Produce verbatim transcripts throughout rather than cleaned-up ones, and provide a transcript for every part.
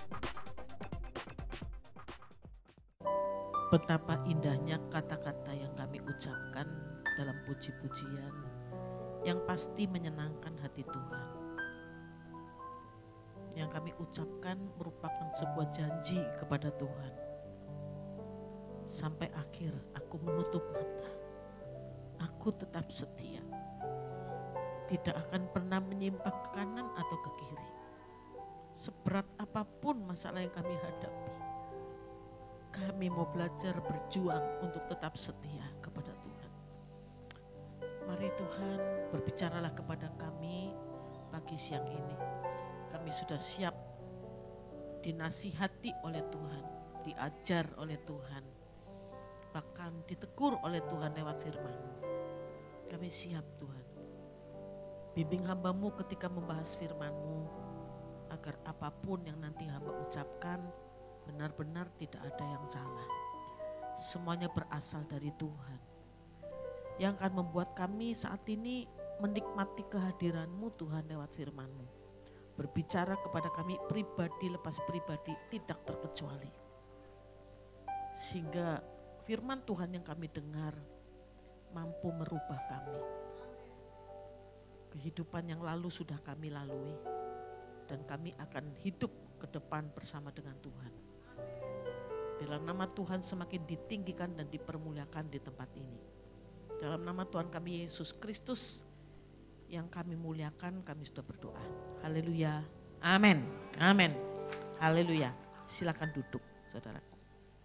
Betapa indahnya kata-kata yang kami ucapkan dalam puji-pujian yang pasti menyenangkan hati Tuhan. Yang kami ucapkan merupakan sebuah janji kepada Tuhan. Sampai akhir aku menutup mata, aku tetap setia. Tidak akan pernah menyimpang ke kanan atau ke kiri. Seberat apapun masalah yang kami hadapi, kami mau belajar berjuang untuk tetap setia kepada Tuhan. Mari Tuhan berbicaralah kepada kami pagi siang ini. Kami sudah siap dinasihati oleh Tuhan, diajar oleh Tuhan, bahkan ditegur oleh Tuhan lewat firman-Mu. Kami siap Tuhan. Bimbing hamba-Mu ketika membahas firman-Mu, agar apapun yang nanti hamba ucapkan benar-benar tidak ada yang salah. Semuanya berasal dari Tuhan. Yang akan membuat kami saat ini menikmati kehadiran-Mu Tuhan lewat firman-Mu. Berbicara kepada kami pribadi lepas pribadi tidak terkecuali. Sehingga firman Tuhan yang kami dengar mampu merubah kami. Kehidupan yang lalu sudah kami lalui dan kami akan hidup ke depan bersama dengan Tuhan. Biarlah nama Tuhan semakin ditinggikan dan dipermuliakan di tempat ini. Dalam nama Tuhan kami Yesus Kristus yang kami muliakan, kami sudah berdoa. Haleluya. Amin. Amin. Haleluya. Silakan duduk, saudaraku.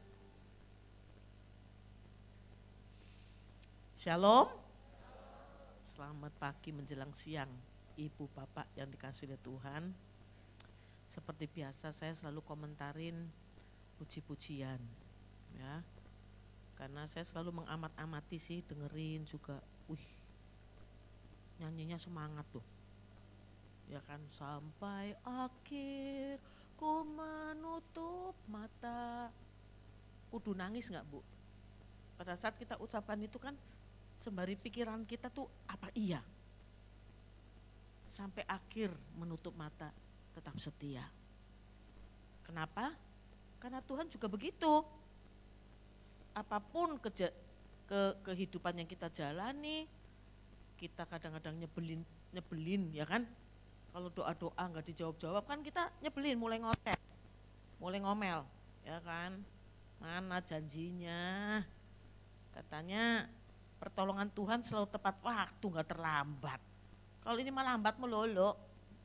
Shalom. Selamat pagi menjelang siang, Ibu Bapak yang dikasihi oleh Tuhan. Seperti biasa saya selalu komentarin puji-pujian, ya, karena saya selalu mengamat-amati sih, dengerin juga, wih, nyanyinya semangat tuh, ya kan, sampai akhir ku menutup mata, kudu nangis nggak Bu? Pada saat kita ucapan itu kan sembari pikiran kita tuh apa iya, sampai akhir menutup mata tetap setia. Kenapa? Karena Tuhan juga begitu. Apapun keja, ke, kehidupan yang kita jalani, kita kadang-kadang nyebelin, nyebelin ya kan. Kalau doa-doa nggak dijawab-jawab kan kita nyebelin, mulai ngotek, mulai ngomel, ya kan. Mana janjinya? Katanya pertolongan Tuhan selalu tepat waktu, nggak terlambat. Kalau ini malah lambat melulu,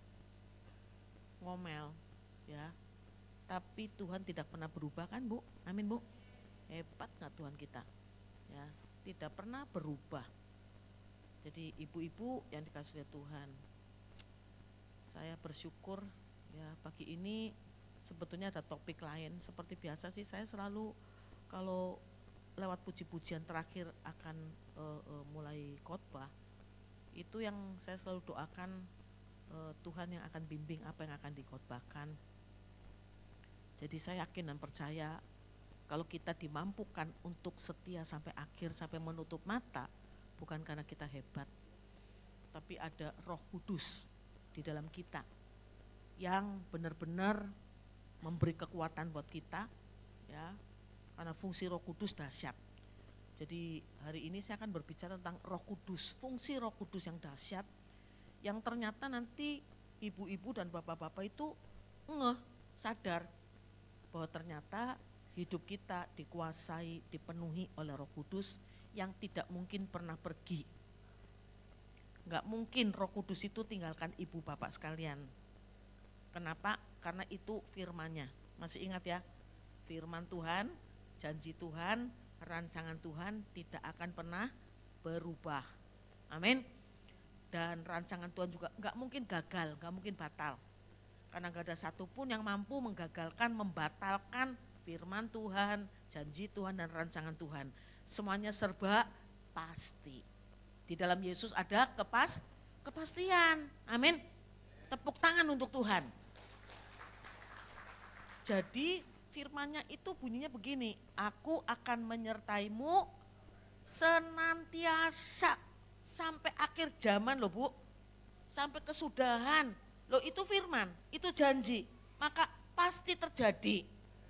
ngomel, ya. Tapi Tuhan tidak pernah berubah kan Bu? Amin Bu. Hebat gak Tuhan kita? Ya, tidak pernah berubah. Jadi ibu-ibu yang dikasihi oleh Tuhan, saya bersyukur ya pagi ini sebetulnya ada topik lain. Seperti biasa sih saya selalu kalau lewat puji-pujian terakhir akan uh, uh, mulai khotbah, itu yang saya selalu doakan, uh, Tuhan yang akan bimbing apa yang akan dikhotbahkan. Jadi saya yakin dan percaya kalau kita dimampukan untuk setia sampai akhir, sampai menutup mata, bukan karena kita hebat, tapi ada Roh Kudus di dalam kita yang benar-benar memberi kekuatan buat kita, ya, karena fungsi Roh Kudus dahsyat. Jadi hari ini saya akan berbicara tentang Roh Kudus, fungsi Roh Kudus yang dahsyat, yang ternyata nanti ibu-ibu dan bapak-bapak itu ngeh, sadar bahwa ternyata hidup kita dikuasai, dipenuhi oleh Roh Kudus yang tidak mungkin pernah pergi. Enggak mungkin Roh Kudus itu tinggalkan ibu bapak sekalian. Kenapa? Karena itu firman-Nya. Masih ingat ya? Firman Tuhan, janji Tuhan, rancangan Tuhan tidak akan pernah berubah. Amin. Dan rancangan Tuhan juga enggak mungkin gagal, enggak mungkin batal. Karena gak ada satupun yang mampu menggagalkan, membatalkan firman Tuhan, janji Tuhan dan rancangan Tuhan. Semuanya serba pasti. Di dalam Yesus ada kepas, kepastian. Amin. Tepuk tangan untuk Tuhan. Jadi firman-Nya itu bunyinya begini, aku akan menyertaimu senantiasa sampai akhir zaman loh Bu. Sampai kesudahan. Loh itu firman, itu janji. Maka pasti terjadi.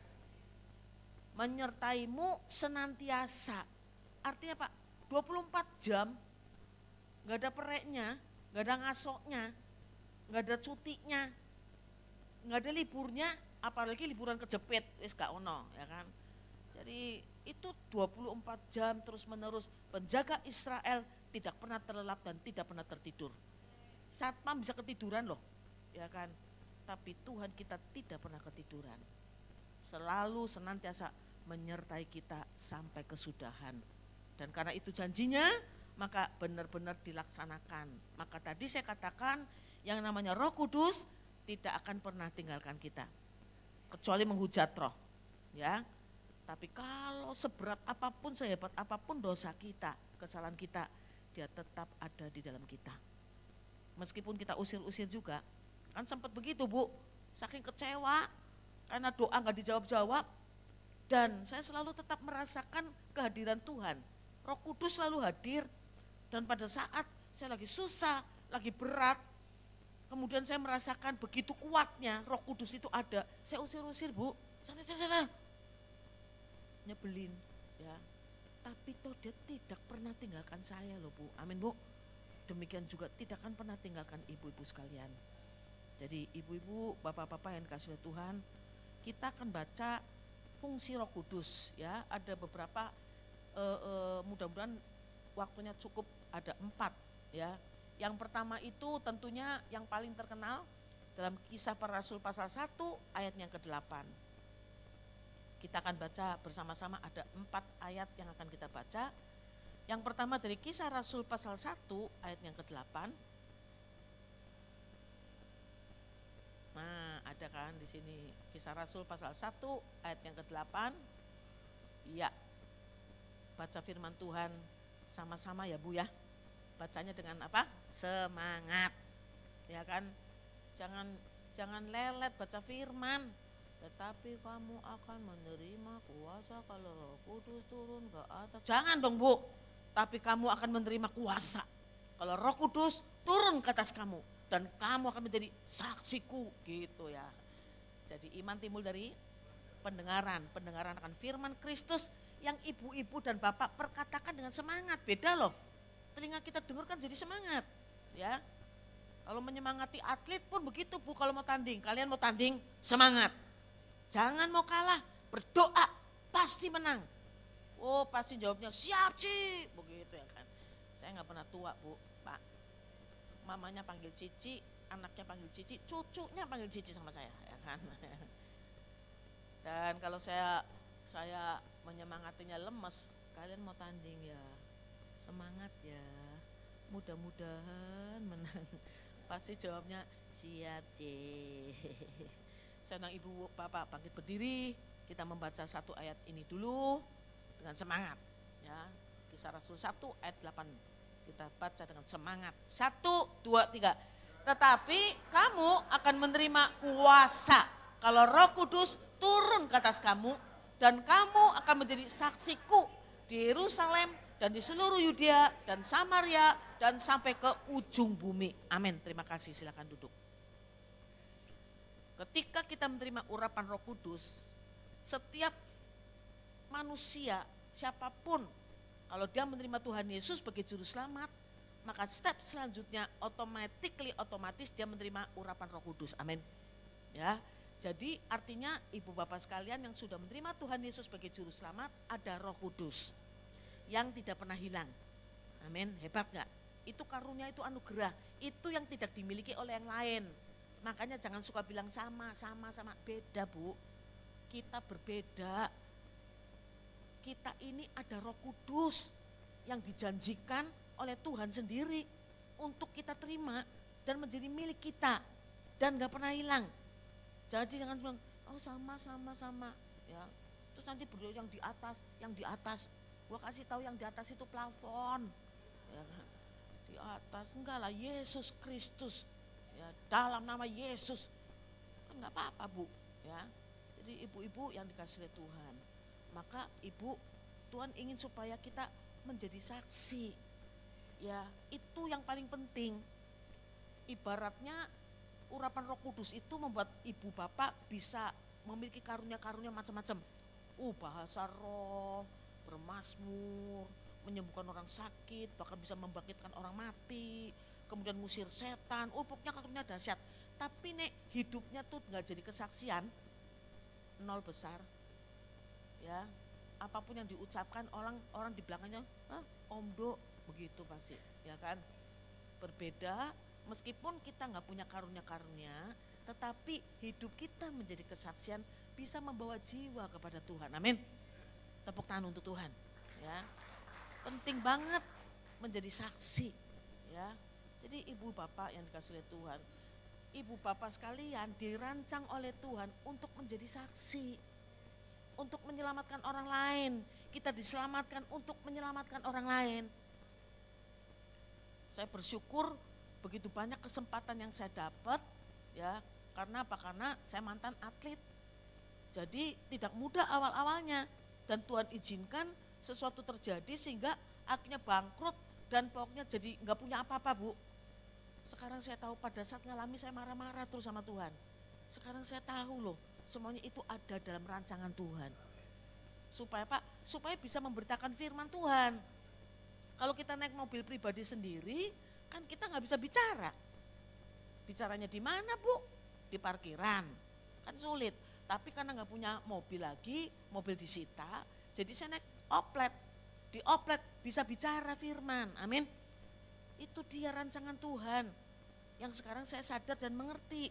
Menyertaimu senantiasa. Artinya Pak, dua puluh empat jam, gak ada pereknya, gak ada ngasoknya, gak ada cutinya, gak ada liburnya, apalagi liburan kejepit, wis gak ono, ya kan. Jadi itu dua puluh empat jam terus menerus penjaga Israel tidak pernah terlelap dan tidak pernah tertidur. Satpam bisa ketiduran loh, ya kan. Tapi Tuhan kita tidak pernah ketiduran. Selalu senantiasa menyertai kita sampai kesudahan. Dan karena itu janjinya, maka benar-benar dilaksanakan. Maka tadi saya katakan yang namanya Roh Kudus tidak akan pernah tinggalkan kita. Kecuali menghujat roh. Ya. Tapi kalau seberat apapun, sehebat apapun dosa kita, kesalahan kita, dia tetap ada di dalam kita. Meskipun kita usir-usir juga, kan sempat begitu Bu, saking kecewa karena doa gak dijawab-jawab. Dan saya selalu tetap merasakan kehadiran Tuhan. Roh Kudus selalu hadir. Dan pada saat saya lagi susah, lagi berat, kemudian saya merasakan begitu kuatnya Roh Kudus itu ada. Saya usir-usir Bu, sana sana sana. Nyebelin ya. Tapi toh dia tidak pernah tinggalkan saya loh Bu. Amin Bu. Demikian juga tidak akan pernah tinggalkan ibu-ibu sekalian. Jadi ibu-ibu, bapak-bapak yang dikasihi oleh Tuhan, kita akan baca fungsi Roh Kudus ya. Ada beberapa uh, uh, mudah-mudahan waktunya cukup, ada empat ya. Yang pertama itu tentunya yang paling terkenal dalam Kisah Para Rasul pasal satu ayat yang kedelapan. Kita akan baca bersama-sama, ada empat ayat yang akan kita baca. Yang pertama dari Kisah Rasul pasal satu ayat yang kedelapan. Nah, ada kan di sini Kisah Rasul pasal satu ayat yang kedelapan. Iya. Baca firman Tuhan sama-sama ya Bu ya. Bacanya dengan apa? Semangat. Ya kan? Jangan jangan lelet baca firman. Tetapi kamu akan menerima kuasa kalau Roh Kudus turun ke atas. Jangan dong Bu. Tapi kamu akan menerima kuasa kalau Roh Kudus turun ke atas kamu. Dan kamu akan menjadi saksiku gitu ya. Jadi iman timbul dari pendengaran. Pendengaran akan firman Kristus yang ibu-ibu dan bapak perkatakan dengan semangat. Beda loh. Telinga kita dengarkan jadi semangat. Ya. Kalau menyemangati atlet pun begitu Bu, kalau mau tanding. Kalian mau tanding, semangat. Jangan mau kalah, berdoa, pasti menang. Oh pasti jawabnya siap Ci. Begitu ya kan. Saya gak pernah tua Bu, Pak. Mamanya panggil Cici, anaknya panggil Cici, cucunya panggil Cici sama saya, ya kan. Dan kalau saya saya menyemangatinya lemes, kalian mau tanding ya, semangat ya, mudah-mudahan menang. Pasti jawabnya siap Ci. Senang ibu bapak bangkit berdiri, kita membaca satu ayat ini dulu dengan semangat. Ya, Kisah Rasul satu ayat delapan. Kita baca dengan semangat. Satu, dua, tiga. Tetapi kamu akan menerima kuasa kalau Roh Kudus turun ke atas kamu. Dan kamu akan menjadi saksiku di Yerusalem dan di seluruh Yudea dan Samaria dan sampai ke ujung bumi. Amin. Terima kasih, silakan duduk. Ketika kita menerima urapan Roh Kudus, setiap manusia, siapapun, kalau dia menerima Tuhan Yesus sebagai juru selamat, maka step selanjutnya automatically otomatis dia menerima urapan Roh Kudus. Amin. Ya. Jadi artinya ibu bapak sekalian yang sudah menerima Tuhan Yesus sebagai juru selamat, ada Roh Kudus yang tidak pernah hilang. Amin. Hebat enggak? Itu karunia, itu anugerah. Itu yang tidak dimiliki oleh yang lain. Makanya jangan suka bilang sama, sama, sama. Beda Bu. Kita berbeda. Kita ini ada Roh Kudus yang dijanjikan oleh Tuhan sendiri untuk kita terima dan menjadi milik kita dan gak pernah hilang. Jadi jangan bilang, oh sama, sama, sama. Ya. Terus nanti beliau yang di atas, yang di atas. Gua kasih tahu yang di atas itu plafon. Ya. Di atas, enggak lah, Yesus Kristus. Ya, dalam nama Yesus. Kan gak apa-apa Bu. Ya. Jadi ibu-ibu yang dikasih oleh Tuhan. Maka ibu, Tuhan ingin supaya kita menjadi saksi. Ya, itu yang paling penting. Ibaratnya urapan Roh Kudus itu membuat ibu bapak bisa memiliki karunia-karunia macam-macam. Uh, bahasa roh, bermazmur, menyembuhkan orang sakit, bahkan bisa membangkitkan orang mati, kemudian ngusir setan. Oh, pokoknya karunia dahsyat. Tapi nek hidupnya tuh nggak jadi kesaksian, nol besar. Ya, apapun yang diucapkan orang orang di belakangnya, ah, omdo begitu pasti, ya kan? Berbeda, meskipun kita nggak punya karunia-karunia, tetapi hidup kita menjadi kesaksian, bisa membawa jiwa kepada Tuhan. Amin. Tepuk tangan untuk Tuhan. Ya, penting banget menjadi saksi. Ya, jadi ibu bapak yang dikasih oleh Tuhan, ibu bapak sekalian dirancang oleh Tuhan untuk menjadi saksi, untuk menyelamatkan orang lain. Kita diselamatkan untuk menyelamatkan orang lain. Saya bersyukur begitu banyak kesempatan yang saya dapat, ya, karena apa? Karena saya mantan atlet. Jadi tidak mudah awal-awalnya, dan Tuhan izinkan sesuatu terjadi sehingga akhirnya bangkrut dan pokoknya jadi nggak punya apa-apa, Bu. Sekarang saya tahu pada saat ngalami saya marah-marah terus sama Tuhan. Sekarang saya tahu loh, semuanya itu ada dalam rancangan Tuhan. Supaya Pak, supaya bisa memberitakan firman Tuhan. Kalau kita naik mobil pribadi sendiri, kan kita nggak bisa bicara. Bicaranya di mana, Bu? Di parkiran, kan sulit. Tapi karena nggak punya mobil lagi, mobil disita, jadi saya naik oplet. Di oplet bisa bicara firman, amin. Itu dia rancangan Tuhan yang sekarang saya sadar dan mengerti.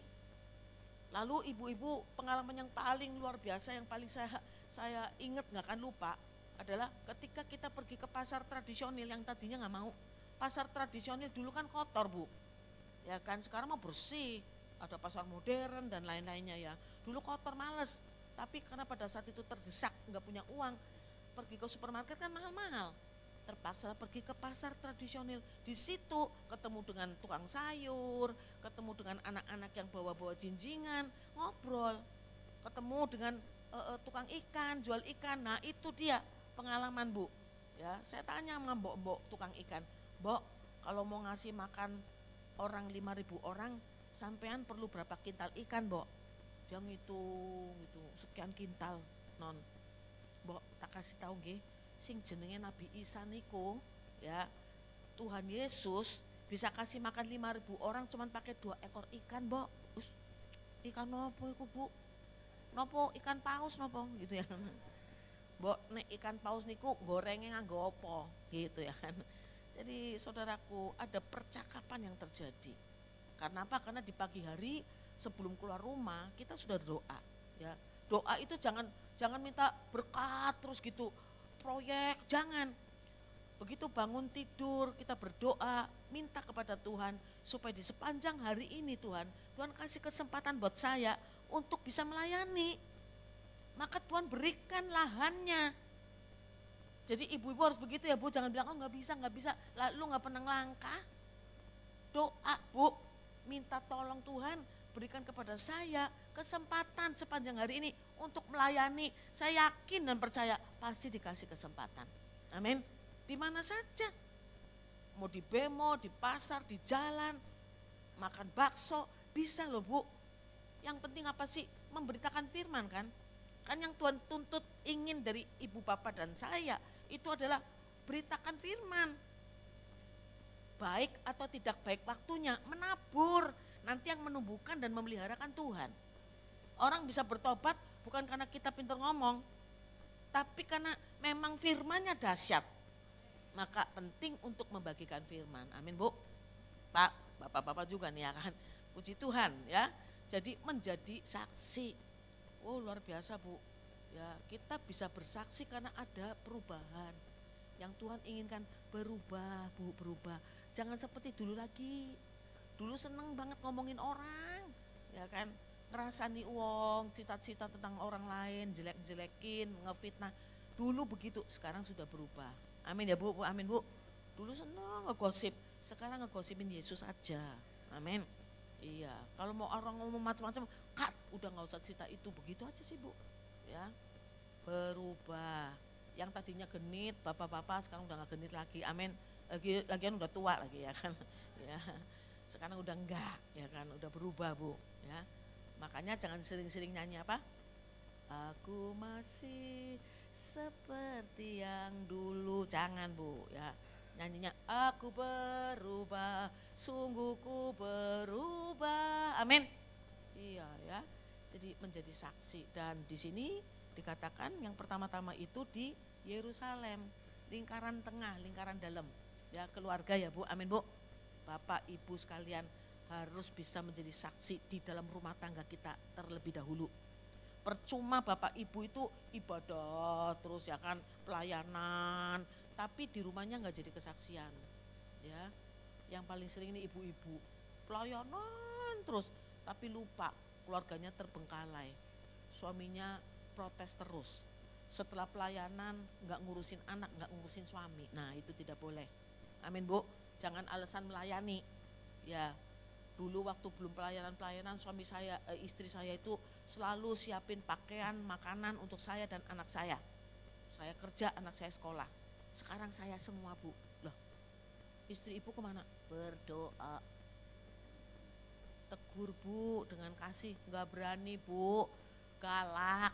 Lalu ibu-ibu, pengalaman yang paling luar biasa, yang paling saya saya ingat nggak akan lupa adalah ketika kita pergi ke pasar tradisional yang tadinya nggak mau. Pasar tradisional dulu kan kotor, Bu, ya kan, sekarang mau bersih. Ada pasar modern dan lain-lainnya ya. Dulu kotor, males, tapi karena pada saat itu terdesak, nggak punya uang, pergi ke supermarket kan mahal-mahal. Terpaksa pergi ke pasar tradisional. Di situ ketemu dengan tukang sayur, ketemu dengan anak-anak yang bawa-bawa jinjingan, ngobrol, ketemu dengan uh, uh, tukang ikan, jual ikan. Nah itu dia pengalaman, Bu. Ya, saya tanya sama mbok-mbok tukang ikan, Mbok, kalau mau ngasih makan orang lima ribu orang, sampean perlu berapa kintal ikan, Mbok? Dia ngitung gitu, sekian kintal, non. Mbok, tak kasih tahu nggih, sing jenenge Nabi Isa niku, ya, Tuhan Yesus bisa kasih makan lima ribu orang cuman pakai dua ekor ikan, Mbok. Us, ikan nopo iku, Bu? Nopo ikan paus nopo gitu ya. Mbok, nek ikan paus niku gorengnya nganggo apa gitu ya kan. Jadi saudaraku, ada percakapan yang terjadi. Karena apa? Karena di pagi hari sebelum keluar rumah kita sudah doa, ya. Doa itu jangan jangan minta berkat terus gitu, proyek, jangan. Begitu bangun tidur kita berdoa, minta kepada Tuhan supaya di sepanjang hari ini Tuhan, Tuhan kasih kesempatan buat saya untuk bisa melayani. Maka Tuhan berikan lahannya. Jadi ibu-ibu harus begitu ya, Bu, jangan bilang oh nggak bisa, nggak bisa, lalu nggak pernah langkah. Doa, Bu, minta tolong Tuhan berikan kepada saya kesempatan sepanjang hari ini untuk melayani. Saya yakin dan percaya pasti dikasih kesempatan. Amin. Di mana saja, mau di bemo, di pasar, di jalan, makan bakso, bisa loh, Bu. Yang penting apa sih? Memberitakan firman kan. Kan yang Tuhan tuntut ingin dari ibu bapak dan saya itu adalah beritakan firman. Baik atau tidak baik waktunya, menabur. Nanti yang menumbuhkan dan memeliharakan Tuhan. Orang bisa bertobat bukan karena kita pintar ngomong, tapi karena memang firmannya dahsyat. Maka penting untuk membagikan firman. Amin, Bu. Pak, bapak-bapak juga nih ya kan. Puji Tuhan ya. Jadi menjadi saksi. Wow, luar biasa, Bu. Ya, kita bisa bersaksi karena ada perubahan. Yang Tuhan inginkan berubah, Bu, berubah. Jangan seperti dulu lagi. Dulu seneng banget ngomongin orang, ya kan, ngerasani uang, cita-cita tentang orang lain, jelek-jelekin, ngefitnah. Dulu begitu, sekarang sudah berubah. Amin ya, Bu, Bu, amin, Bu. Dulu seneng ngegosip, sekarang ngegosipin Yesus aja. Amin. Iya, kalau mau orang ngomong macam-macam, cut, udah nggak usah cerita itu, begitu aja sih, Bu. Ya, berubah. Yang tadinya genit, bapak-bapak sekarang udah nggak genit lagi. Amin. Lagi lagian udah tua lagi ya kan. Ya. sekarang udah enggak, ya kan, udah berubah Bu, ya. Makanya jangan sering-sering nyanyi apa? Aku masih seperti yang dulu, jangan Bu, ya. Nyanyinya aku berubah, sungguh ku berubah, amin. Iya ya, jadi menjadi saksi. Dan di sini dikatakan yang pertama-tama itu di Yerusalem, lingkaran tengah, lingkaran dalam, ya keluarga ya Bu, amin Bu. Bapak Ibu sekalian harus bisa menjadi saksi di dalam rumah tangga kita terlebih dahulu. Percuma Bapak Ibu itu ibadah terus ya kan, pelayanan, tapi di rumahnya nggak jadi kesaksian. Ya, yang paling sering ini ibu-ibu pelayanan terus, tapi lupa keluarganya terbengkalai. Suaminya protes terus. Setelah pelayanan nggak ngurusin anak, nggak ngurusin suami. Nah itu tidak boleh. Amin Bu. Jangan alasan melayani. Ya, dulu waktu belum pelayanan-pelayanan suami saya, eh, istri saya itu selalu siapin pakaian, makanan untuk saya dan anak saya. Saya kerja, anak saya sekolah. Sekarang saya semua Bu. Loh, istri ibu kemana? Berdoa. Tegur Bu dengan kasih, nggak berani Bu, galak.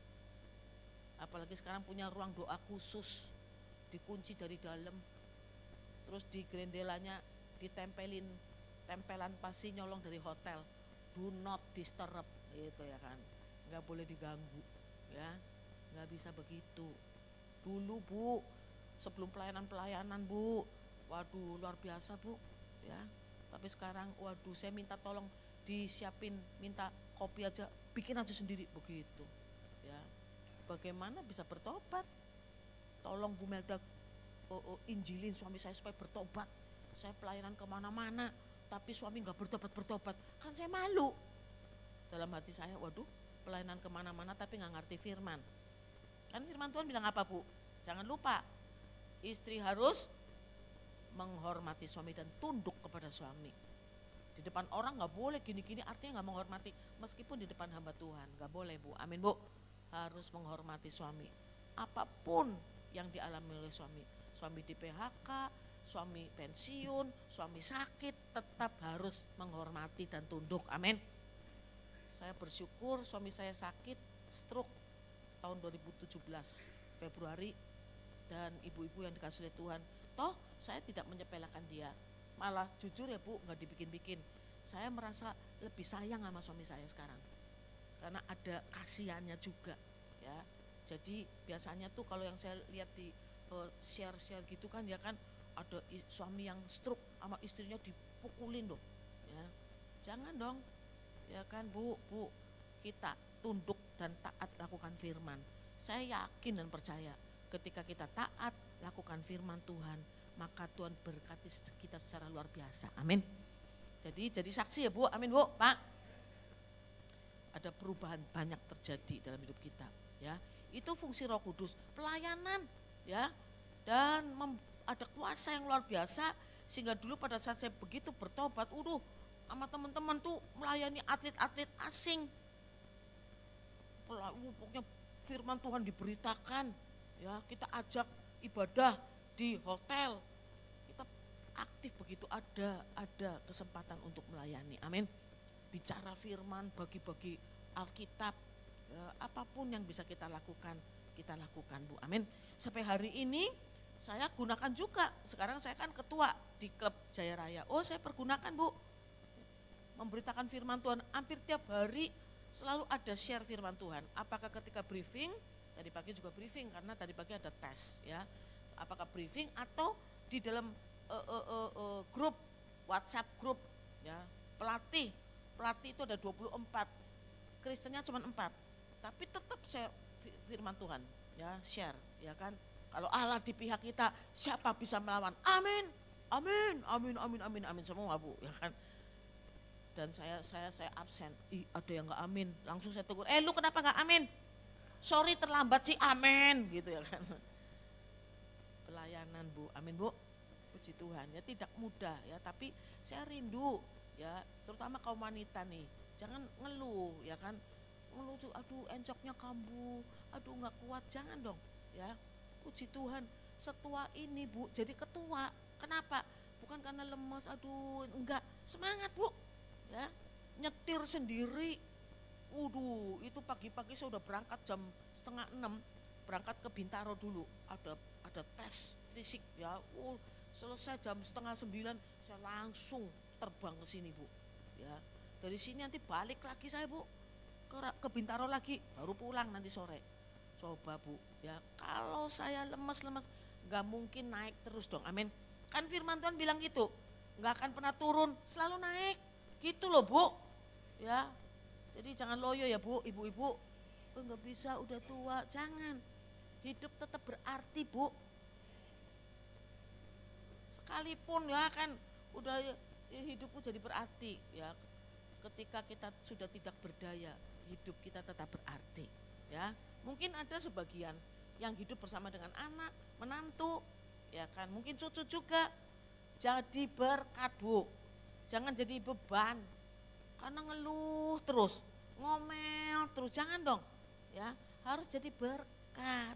Apalagi sekarang punya ruang doa khusus, dikunci dari dalam. Terus di grendelanya ditempelin tempelan pasti nyolong dari hotel, do not disturb gitu ya kan, nggak boleh diganggu ya, nggak bisa begitu. Dulu Bu, sebelum pelayanan-pelayanan Bu, waduh luar biasa Bu ya. Tapi sekarang waduh saya minta tolong disiapin, minta kopi aja, bikin aja sendiri begitu ya. Bagaimana bisa bertobat? Tolong Bu Melda, oh, oh, injilin suami saya supaya bertobat. Saya pelayanan kemana-mana, tapi suami nggak bertobat-bertobat, kan saya malu. Dalam hati saya, waduh pelayanan kemana-mana tapi nggak ngerti firman. Kan firman Tuhan bilang apa Bu? Jangan lupa, istri harus menghormati suami dan tunduk kepada suami. Di depan orang nggak boleh gini-gini, artinya nggak menghormati. Meskipun di depan hamba Tuhan, nggak boleh Bu, amin Bu. Harus menghormati suami, apapun yang dialami oleh suami. Suami di P H K, suami pensiun, suami sakit, tetap harus menghormati dan tunduk, amin. Saya bersyukur suami saya sakit stroke tahun dua ribu tujuh belas Februari, dan ibu-ibu yang dikasih oleh Tuhan, toh saya tidak menyepelekan dia, malah jujur ya Bu, nggak dibikin-bikin. Saya merasa lebih sayang sama suami saya sekarang, karena ada kasihannya juga ya. Jadi biasanya tuh kalau yang saya lihat di uh, share-share gitu kan ya kan, ada suami yang stroke sama istrinya dipukulin loh ya. Jangan dong ya kan Bu, Bu, kita tunduk dan taat lakukan firman. Saya yakin dan percaya ketika kita taat lakukan firman Tuhan, maka Tuhan berkati kita secara luar biasa, amin. Jadi jadi saksi ya Bu, amin Bu, Pak. Ada perubahan banyak terjadi dalam hidup kita ya. Itu fungsi Roh Kudus, pelayanan ya, dan mem, ada kuasa yang luar biasa, sehingga dulu pada saat saya begitu bertobat, udah sama teman-teman tuh melayani atlet-atlet asing. Pokoknya firman Tuhan diberitakan ya, kita ajak ibadah di hotel, kita aktif begitu, ada ada kesempatan untuk melayani, amin. Bicara firman, bagi-bagi Alkitab, ya, apapun yang bisa kita lakukan, kita lakukan Bu, amin. Sampai hari ini saya gunakan juga, sekarang saya kan ketua di klub Jaya Raya, oh saya pergunakan Bu, memberitakan firman Tuhan hampir tiap hari, selalu ada share firman Tuhan. Apakah ketika briefing, tadi pagi juga briefing karena tadi pagi ada tes ya, apakah briefing atau di dalam uh, uh, uh, uh, grup WhatsApp grup ya, pelatih pelatih itu ada dua puluh empat, Kristennya cuma empat, tapi tetap saya firman Tuhan ya share ya kan. Kalau Allah di pihak kita, siapa bisa melawan? Amin, amin, amin, amin, amin, amin semua Bu ya kan. Dan saya saya saya absen, ih ada yang nggak amin, langsung saya tegur, eh lu kenapa nggak amin? Sorry terlambat sih, amin gitu ya kan. Pelayanan Bu, amin Bu, puji Tuhan ya, tidak mudah ya, tapi saya rindu ya, terutama kaum wanita nih, jangan ngeluh ya kan, ngeluh tuh, aduh encoknya kambuh, aduh nggak kuat, jangan dong ya. Puji Tuhan, setua ini Bu jadi ketua, kenapa? bukan karena lemas, aduh enggak, semangat Bu, ya nyetir sendiri. Waduh, itu pagi-pagi saya udah berangkat jam setengah enam, berangkat ke Bintaro dulu, ada ada tes fisik ya. Oh, selesai jam setengah sembilan, saya langsung terbang ke sini Bu. Ya, dari sini nanti balik lagi saya Bu, ke, ke Bintaro lagi, baru pulang nanti sore. Coba Bu, ya kalau saya lemas-lemas, nggak mungkin naik terus dong, amin. Kan firman Tuhan bilang gitu, nggak akan pernah turun, selalu naik, gitu loh Bu. Ya, jadi jangan loyo ya Bu, ibu-ibu, oh, nggak bisa udah tua, jangan. Hidup tetap berarti Bu. Sekalipun ya kan udah ya, hidupku jadi berarti ya. Ketika kita sudah tidak berdaya, hidup kita tetap berarti ya. Mungkin ada sebagian yang hidup bersama dengan anak, menantu, ya kan, mungkin cucu juga. Jadi berkat Bu, jangan jadi beban. Karena ngeluh terus, ngomel terus, jangan dong ya, harus jadi berkat.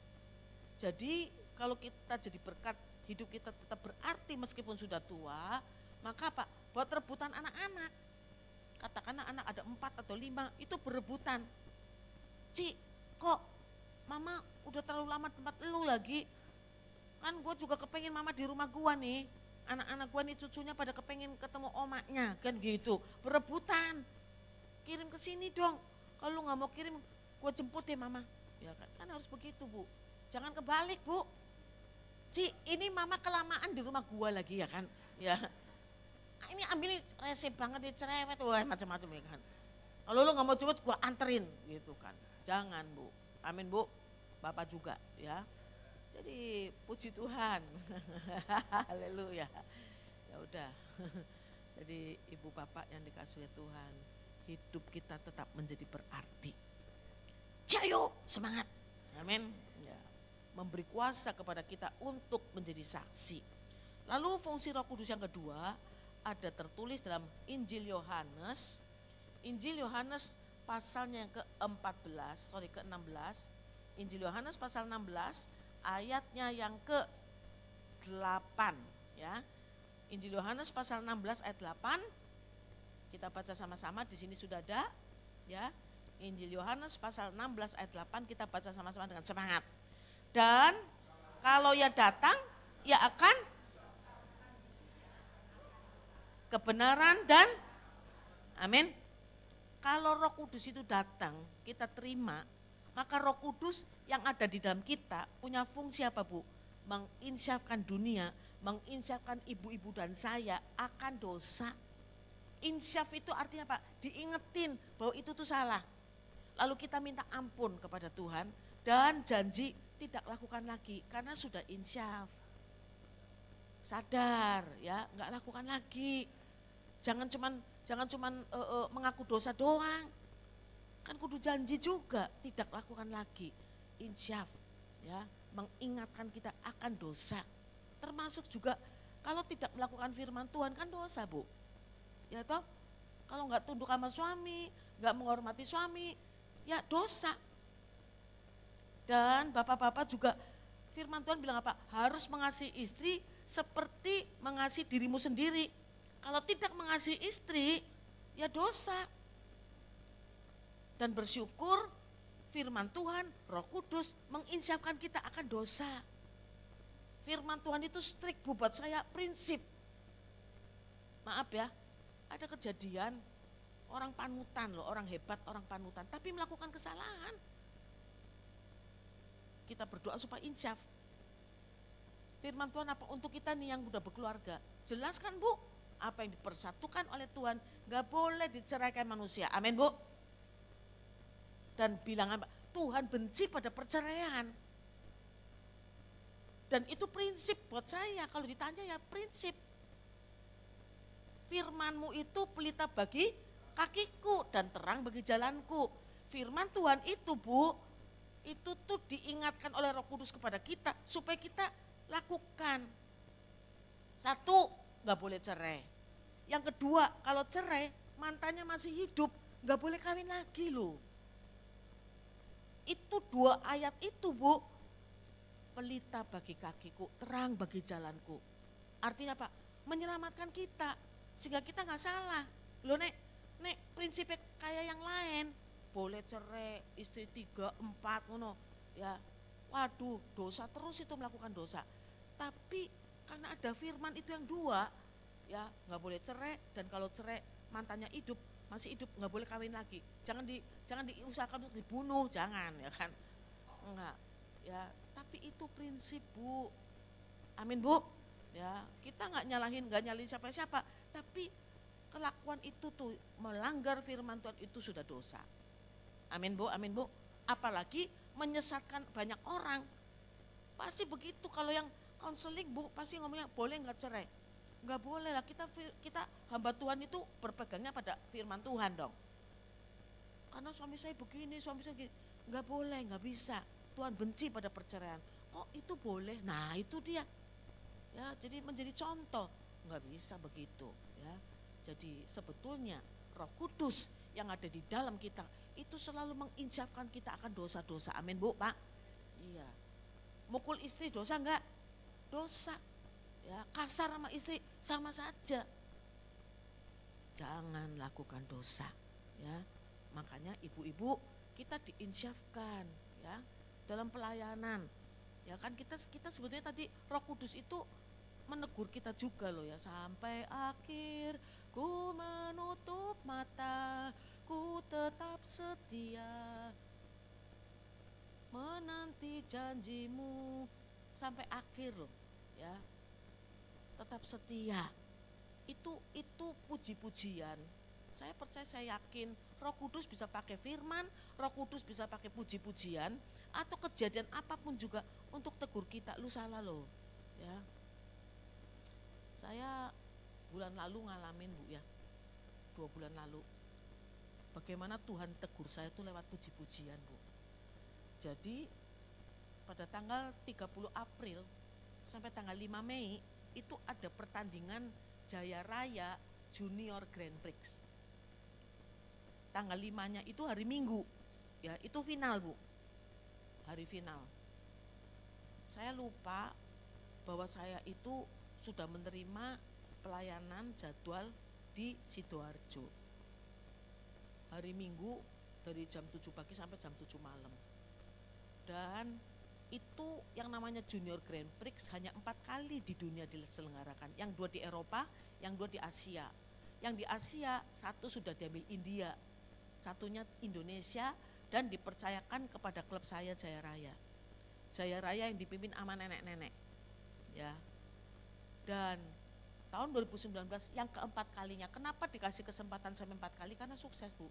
Jadi kalau kita jadi berkat, hidup kita tetap berarti meskipun sudah tua, maka Pak, buat rebutan anak-anak, katakanlah anak ada empat atau lima, itu berebutan. Ci, kok mama udah terlalu lama tempat lu lagi, kan gue juga kepengen mama di rumah gue nih, anak-anak gue nih cucunya pada kepengen ketemu omaknya, kan gitu, berebutan, kirim ke sini dong, kalau lu nggak mau kirim, gue jemput deh mama, ya kan, kan harus begitu Bu, jangan kebalik Bu, Ci ini mama kelamaan di rumah gue lagi ya kan, ya, ini ambil resep banget dicerewet, wah macam-macam ya kan, kalau lu nggak mau jemput gue anterin gitu kan, jangan Bu, amin Bu, Bapak juga ya. Jadi puji Tuhan, haleluya. Ya udah, jadi ibu bapak yang dikasihi Tuhan, hidup kita tetap menjadi berarti. Jayo, semangat, amin. Ya, memberi kuasa kepada kita untuk menjadi saksi. Lalu fungsi Roh Kudus yang kedua ada tertulis dalam Injil Yohanes, Injil Yohanes pasalnya yang ke empat belas, sorry ke enam belas, Injil Yohanes pasal enam belas. Ayatnya yang ke delapan ya. Injil Yohanes pasal enam belas ayat delapan. Kita baca sama-sama, di sini sudah ada ya. Injil Yohanes pasal enam belas ayat delapan, kita baca sama-sama dengan semangat. Dan kalau ia datang, ia akan kebenaran dan amin. Kalau Roh Kudus itu datang, kita terima, maka Roh Kudus yang ada di dalam kita punya fungsi apa Bu? Menginsyafkan dunia, menginsyafkan ibu-ibu dan saya akan dosa. Insyaf itu artinya apa? Diingetin bahwa itu tuh salah. Lalu kita minta ampun kepada Tuhan dan janji tidak lakukan lagi karena sudah insyaf. Sadar ya, nggak lakukan lagi. Jangan cuman jangan cuman uh, uh, mengaku dosa doang. Kan kudu janji juga tidak lakukan lagi. Insyaf ya, mengingatkan kita akan dosa, termasuk juga kalau tidak melakukan firman Tuhan kan dosa Bu, ya toh, kalau nggak tunduk sama suami, nggak menghormati suami, ya dosa. Dan bapak-bapak juga firman Tuhan bilang apa? Harus mengasihi istri seperti mengasihi dirimu sendiri. Kalau tidak mengasihi istri, ya dosa. Dan bersyukur firman Tuhan, Roh Kudus menginsyafkan kita akan dosa. Firman Tuhan itu strict Bu buat saya, prinsip. Maaf ya, ada kejadian orang panutan loh, orang hebat, orang panutan, tapi melakukan kesalahan. Kita berdoa supaya insyaf. Firman Tuhan apa untuk kita nih yang udah berkeluarga? Jelaskan Bu, apa yang dipersatukan oleh Tuhan gak boleh diceraikan manusia, amin Bu. Dan bilang apa? Tuhan benci pada perceraian. Dan itu prinsip buat saya, kalau ditanya ya prinsip. Firman-Mu itu pelita bagi kakiku dan terang bagi jalanku. Firman Tuhan itu Bu, itu tuh diingatkan oleh Roh Kudus kepada kita supaya kita lakukan. Satu, gak boleh cerai. Yang kedua, kalau cerai mantannya masih hidup, gak boleh kawin lagi loh. Itu dua ayat itu Bu, pelita bagi kakiku, terang bagi jalanku. Artinya apa? menyelamatkan kita sehingga kita nggak salah. Loh nek, nek prinsipnya kayak yang lain, boleh cerai istri tiga empat ngono ya, waduh dosa terus itu melakukan dosa. Tapi karena ada firman itu yang dua ya, nggak boleh cerai, dan kalau cerai mantannya hidup masih hidup nggak boleh kawin lagi, jangan di jangan diusahakan untuk dibunuh, jangan ya kan, enggak ya. Tapi itu prinsip Bu, amin Bu ya. Kita nggak nyalahin nggak nyalahin siapa-siapa, tapi kelakuan itu tuh melanggar firman Tuhan itu sudah dosa. Amin Bu, amin Bu. Apalagi menyesatkan banyak orang, pasti begitu. Kalau yang konseling Bu pasti ngomongnya boleh nggak cerai, nggak boleh lah. Kita kita hamba Tuhan itu berpegangnya pada firman Tuhan dong. Karena suami saya begini, suami saya begini, nggak boleh, nggak bisa. Tuhan benci pada perceraian. Kok itu boleh? Nah itu dia. Ya, jadi menjadi contoh, nggak bisa begitu ya. Jadi sebetulnya Roh Kudus yang ada di dalam kita itu selalu menginsyafkan kita akan dosa-dosa. Amin Bu, Pak. Iya. Mukul istri dosa enggak? Dosa. Ya, kasar sama istri sama saja. Jangan lakukan dosa ya. Makanya ibu-ibu kita diinsyafkan ya dalam pelayanan. Ya kan kita kita sebetulnya tadi Roh Kudus itu menegur kita juga loh ya, sampai akhir ku menutup mata, ku tetap setia menanti janjimu, sampai akhir loh ya, tetap setia. Itu itu puji-pujian. Saya percaya, saya yakin Roh Kudus bisa pakai firman, Roh Kudus bisa pakai puji-pujian atau kejadian apapun juga untuk tegur kita, lu salah loh ya. Saya bulan lalu ngalamin Bu ya, dua bulan lalu, bagaimana Tuhan tegur saya itu lewat puji-pujian Bu. Jadi pada tanggal tiga puluh April sampai tanggal lima Mei itu ada pertandingan Jaya Raya Junior Grand Prix. Tanggal limanya itu hari Minggu ya, itu final Bu, hari final. Saya lupa bahwa saya itu sudah menerima pelayanan jadwal di Sidoarjo hari Minggu dari jam tujuh pagi sampai jam tujuh malam. Dan itu yang namanya Junior Grand Prix hanya empat kali di dunia diselenggarakan, yang dua di Eropa, yang dua di Asia. Yang di Asia satu sudah diambil India, satunya Indonesia, dan dipercayakan kepada klub saya Jaya Raya. Jaya Raya yang dipimpin sama nenek-nenek ya. Dan tahun dua ribu sembilan belas yang keempat kalinya. Kenapa dikasih kesempatan sampai empat kali? Karena sukses Bu.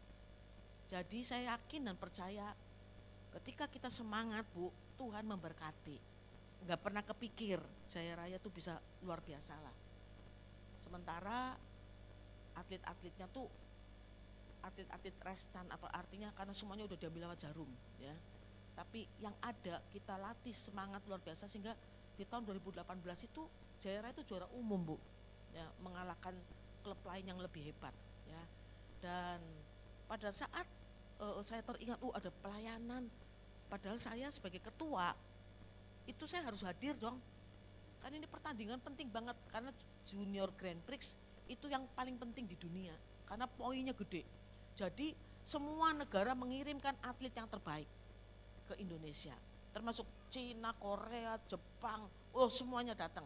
Jadi saya yakin dan percaya ketika kita semangat Bu, Tuhan memberkati. Enggak pernah kepikir Jaya Raya itu bisa luar biasa lah. Sementara atlet-atletnya tuh atlet-atlet restan, apa artinya, karena semuanya udah diambil lewat jarum ya. Tapi yang ada kita latih semangat luar biasa sehingga di tahun dua ribu delapan belas itu Jaya Raya itu juara umum Bu ya, mengalahkan klub lain yang lebih hebat ya. Dan pada saat uh, saya teringat uh, ada pelayanan, padahal saya sebagai ketua itu saya harus hadir dong, kan ini pertandingan penting banget karena Junior Grand Prix itu yang paling penting di dunia karena poinnya gede. Jadi semua negara mengirimkan atlet yang terbaik ke Indonesia, termasuk Cina, Korea, Jepang, oh semuanya datang.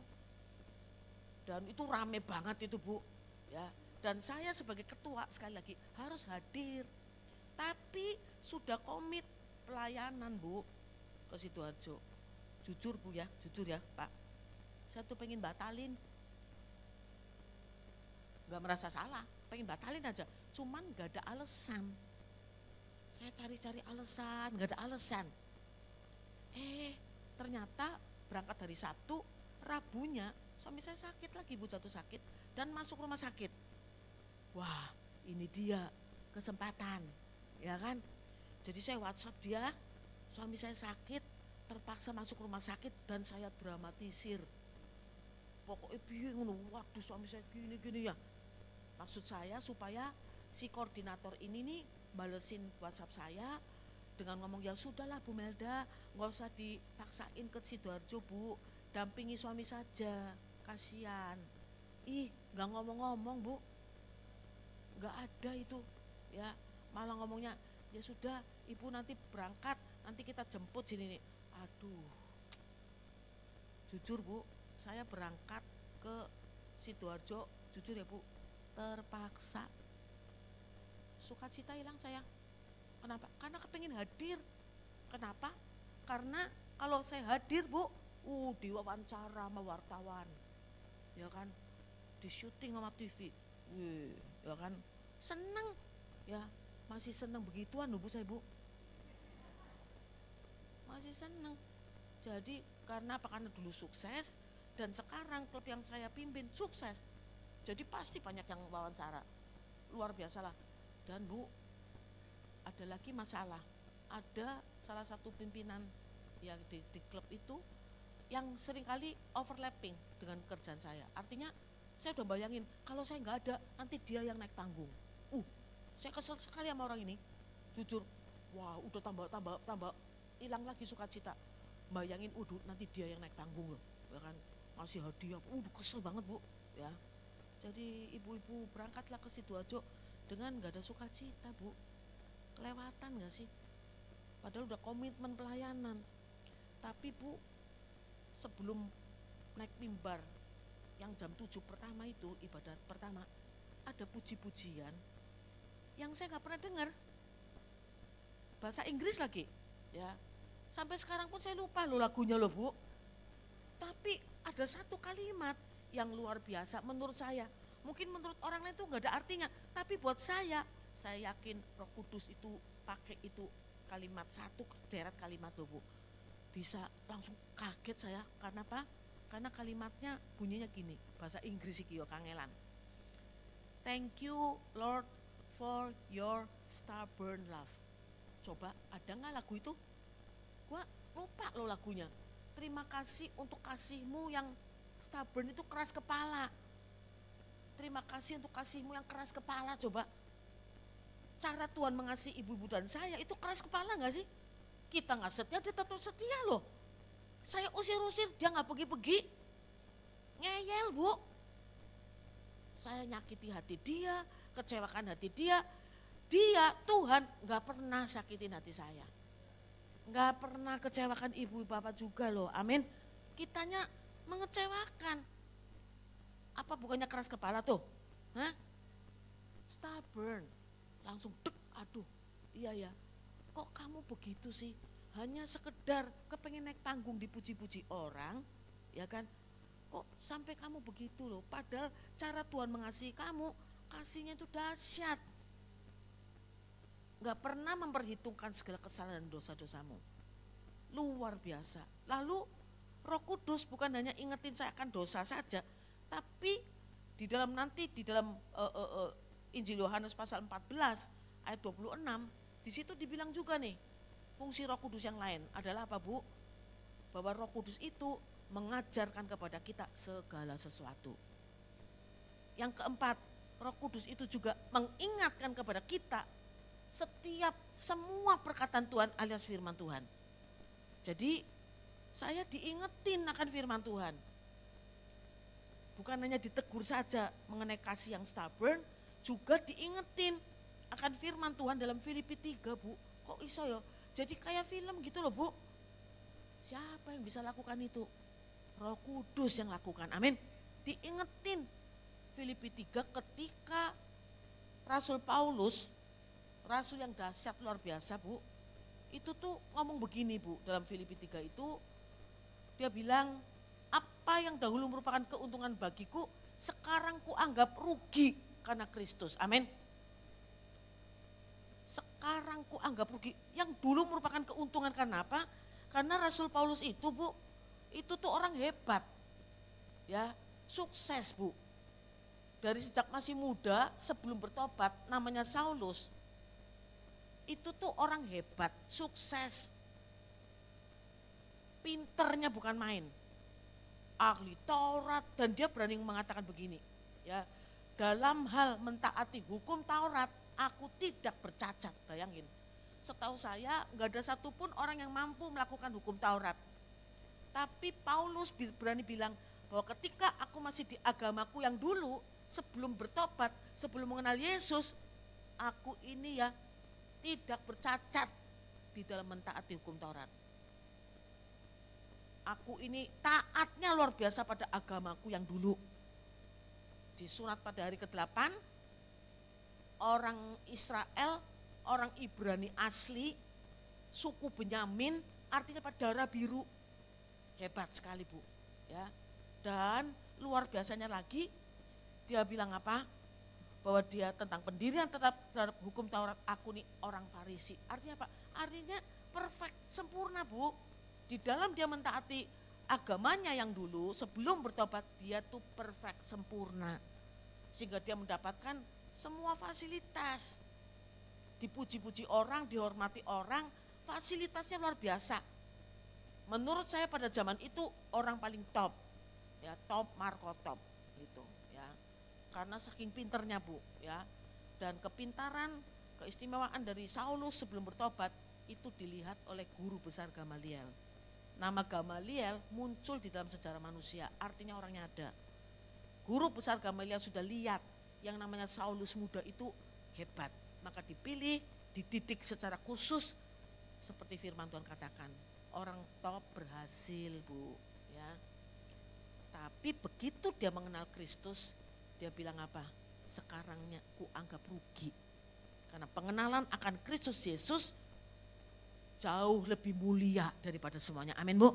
Dan itu rame banget itu Bu ya. Dan saya sebagai ketua sekali lagi harus hadir. Tapi sudah komit pelayanan Bu ke Sidoarjo. Jujur Bu ya, jujur ya Pak, saya tuh pengen batalin, gak merasa salah, pengen batalin aja, cuman gak ada alasan. Saya cari-cari alasan, gak ada alasan. Eh ternyata berangkat dari Sabtu, Rabunya suami saya sakit lagi Bu, jatuh sakit dan masuk rumah sakit. Wah ini dia kesempatan ya kan. Jadi saya WhatsApp dia, suami saya sakit, terpaksa masuk rumah sakit, dan saya dramatisir. Pokoknya bingung, waduh suami saya gini-gini ya. Maksud saya supaya si koordinator ini nih balesin WhatsApp saya dengan ngomong, ya sudahlah Bu Melda, nggak usah dipaksain ke Sidoarjo Bu, dampingi suami saja, kasihan. Ih, nggak ngomong-ngomong Bu, nggak ada itu, ya malah ngomongnya ya sudah ibu nanti berangkat, nanti kita jemput sini nih. Aduh, jujur Bu, saya berangkat ke Sidoarjo, jujur ya Bu, terpaksa. Sukacita hilang saya. Kenapa? Karena kepingin hadir. Kenapa? Karena kalau saya hadir Bu, uh diwawancara sama wartawan, ya kan, di syuting sama T V, wih, ya kan, seneng, ya masih seneng begituan loh Bu saya Bu, masih seneng. Jadi karena apa? Karena dulu sukses dan sekarang klub yang saya pimpin sukses, jadi pasti banyak yang wawancara, luar biasa lah. Dan Bu, ada lagi masalah, ada salah satu pimpinan yang di, di klub itu yang seringkali overlapping dengan kerjaan saya. Artinya saya udah bayangin kalau saya nggak ada nanti dia yang naik panggung. Uh, saya kesel sekali sama orang ini. Jujur, wah udah tambah tambah tambah hilang lagi sukacita. Bayangin, udah nanti dia yang naik panggung loh, ya kan, ngasih hadiah. Udah kesel banget Bu, ya. Jadi ibu-ibu berangkatlah ke Sidoarjo dengan nggak ada sukacita Bu. Kelewatan nggak sih? Padahal udah komitmen pelayanan. Tapi Bu, sebelum naik mimbar yang jam tujuh pertama itu, ibadat pertama, ada puji-pujian yang saya nggak pernah dengar, bahasa Inggris lagi, ya. Sampai sekarang pun saya lupa loh lagunya loh Bu. Tapi ada satu kalimat yang luar biasa menurut saya. Mungkin menurut orang lain itu nggak ada artinya, tapi buat saya, saya yakin Roh Kudus itu pakai itu kalimat, satu deret kalimat loh Bu. Bisa langsung kaget saya, karena apa? Karena kalimatnya bunyinya gini, bahasa Inggris iki yo kangelan. Thank you Lord for your stubborn love. Coba ada nggak lagu itu? Gua lupa loh lagunya. Terima kasih untuk kasihmu yang stubborn itu, keras kepala. Terima kasih untuk kasihmu yang keras kepala. Coba cara Tuhan mengasihi ibu-ibu dan saya itu keras kepala nggak sih? Kita nggak setia, dia tetap setia loh. Saya usir-usir, dia nggak pergi-pergi. Ngeyel Bu. Saya nyakiti hati dia, kecewakan hati dia. Dia, Tuhan nggak pernah sakitin hati saya. Nggak pernah kecewakan ibu bapak juga loh, amin. Kitanya mengecewakan. Apa bukannya keras kepala tuh? Hah? Stubborn. Langsung dek, aduh, iya ya. Kok kamu begitu sih? Hanya sekedar kepengen naik panggung dipuji-puji orang, ya kan? Kok sampai kamu begitu loh? Padahal cara Tuhan mengasihi kamu, kasihnya itu dahsyat. Gak pernah memperhitungkan segala kesalahan dan dosa-dosamu. Luar biasa. Lalu Roh Kudus bukan hanya ingetin saya akan dosa saja, tapi di dalam nanti di dalam uh, uh, uh, Injil Yohanes pasal empat belas ayat dua puluh enam, di situ dibilang juga nih, fungsi Roh Kudus yang lain adalah apa Bu? Bahwa Roh Kudus itu mengajarkan kepada kita segala sesuatu. Yang keempat, Roh Kudus itu juga mengingatkan kepada kita setiap semua perkataan Tuhan alias firman Tuhan. Jadi saya diingetin akan firman Tuhan. Bukan hanya ditegur saja mengenai kasih yang stubborn, juga diingetin akan firman Tuhan dalam Filipi tiga Bu. Kok iso ya? Jadi kayak film gitu loh Bu. Siapa yang bisa lakukan itu? Roh Kudus yang lakukan, amin. Diingetin Filipi tiga ketika Rasul Paulus, Rasul yang dahsyat luar biasa Bu, itu tuh ngomong begini Bu, dalam Filipi tiga itu dia bilang, apa yang dahulu merupakan keuntungan bagiku, sekarang ku anggap rugi karena Kristus, amin. Sekarang ku anggap rugi, yang dulu merupakan keuntungan karena apa? Karena Rasul Paulus itu Bu, itu tuh orang hebat, ya sukses Bu. Dari sejak masih muda sebelum bertobat namanya Saulus, itu tuh orang hebat, sukses. Pinternya bukan main, ahli Taurat, dan dia berani mengatakan begini, ya dalam hal mentaati hukum Taurat aku tidak bercacat. Bayangin, setahu saya nggak ada satupun orang yang mampu melakukan hukum Taurat. Tapi Paulus berani bilang bahwa ketika aku masih di agamaku yang dulu, sebelum bertobat, sebelum mengenal Yesus, aku ini ya tidak bercacat di dalam mentaati hukum Taurat. Aku ini taatnya luar biasa pada agamaku yang dulu. Disunat pada hari kedelapan, orang Israel, orang Ibrani asli, suku Benyamin, artinya pada darah biru. Hebat sekali Bu, ya. Dan luar biasanya lagi, dia bilang apa? Bahwa dia tentang pendirian tetap terhadap hukum Taurat, aku nih orang Farisi. Artinya apa? Artinya perfect, sempurna Bu. Di dalam dia mentaati agamanya yang dulu, sebelum bertobat, dia tuh perfect, sempurna. Sehingga dia mendapatkan semua fasilitas. Dipuji-puji orang, dihormati orang, fasilitasnya luar biasa. Menurut saya pada zaman itu orang paling top. Ya, top Marco top gitu ya. Karena saking pinternya Bu ya. Dan kepintaran, keistimewaan dari Saulus sebelum bertobat itu dilihat oleh guru besar Gamaliel. Nama Gamaliel muncul di dalam sejarah manusia, artinya orangnya ada. Guru besar Gamaliel sudah lihat yang namanya Saulus muda itu hebat, maka dipilih, dididik secara khusus seperti firman Tuhan katakan, orang top berhasil Bu ya. Tapi begitu dia mengenal Kristus, dia bilang apa? Sekarangnya ku anggap rugi. Karena pengenalan akan Kristus Yesus jauh lebih mulia daripada semuanya. Amin Bu.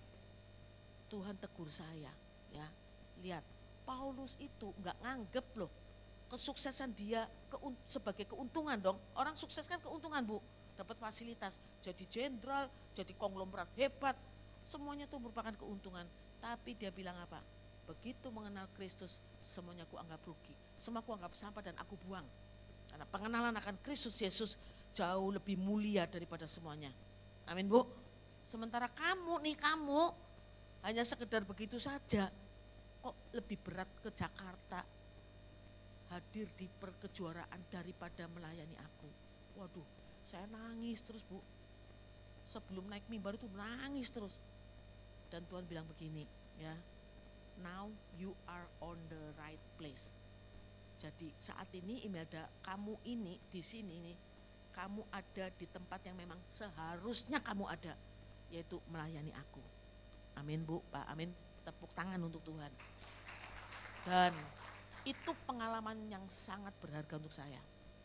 Tuhan tegur saya ya. Lihat, Paulus itu enggak nganggep loh kesuksesan dia keun, sebagai keuntungan dong. Orang sukses kan keuntungan Bu. Dapat fasilitas, jadi jenderal, jadi konglomerat hebat. Semuanya itu merupakan keuntungan. Tapi dia bilang apa? Begitu mengenal Kristus, semuanya aku anggap rugi. Semua aku anggap sampah dan aku buang. Karena pengenalan akan Kristus Yesus jauh lebih mulia daripada semuanya. Amin Bu. Sementara kamu nih, kamu hanya sekedar begitu saja. Kok lebih berat ke Jakarta hadir di perkejuaraan daripada melayani aku. Waduh, saya nangis terus Bu. Sebelum naik mimbar itu nangis terus. Dan Tuhan bilang begini ya, now you are on the right place. Jadi saat ini Imelda, kamu ini di sini nih, kamu ada di tempat yang memang seharusnya kamu ada, yaitu melayani aku. Amin Bu, Pak, amin. Tepuk tangan untuk Tuhan. Dan itu pengalaman yang sangat berharga untuk saya.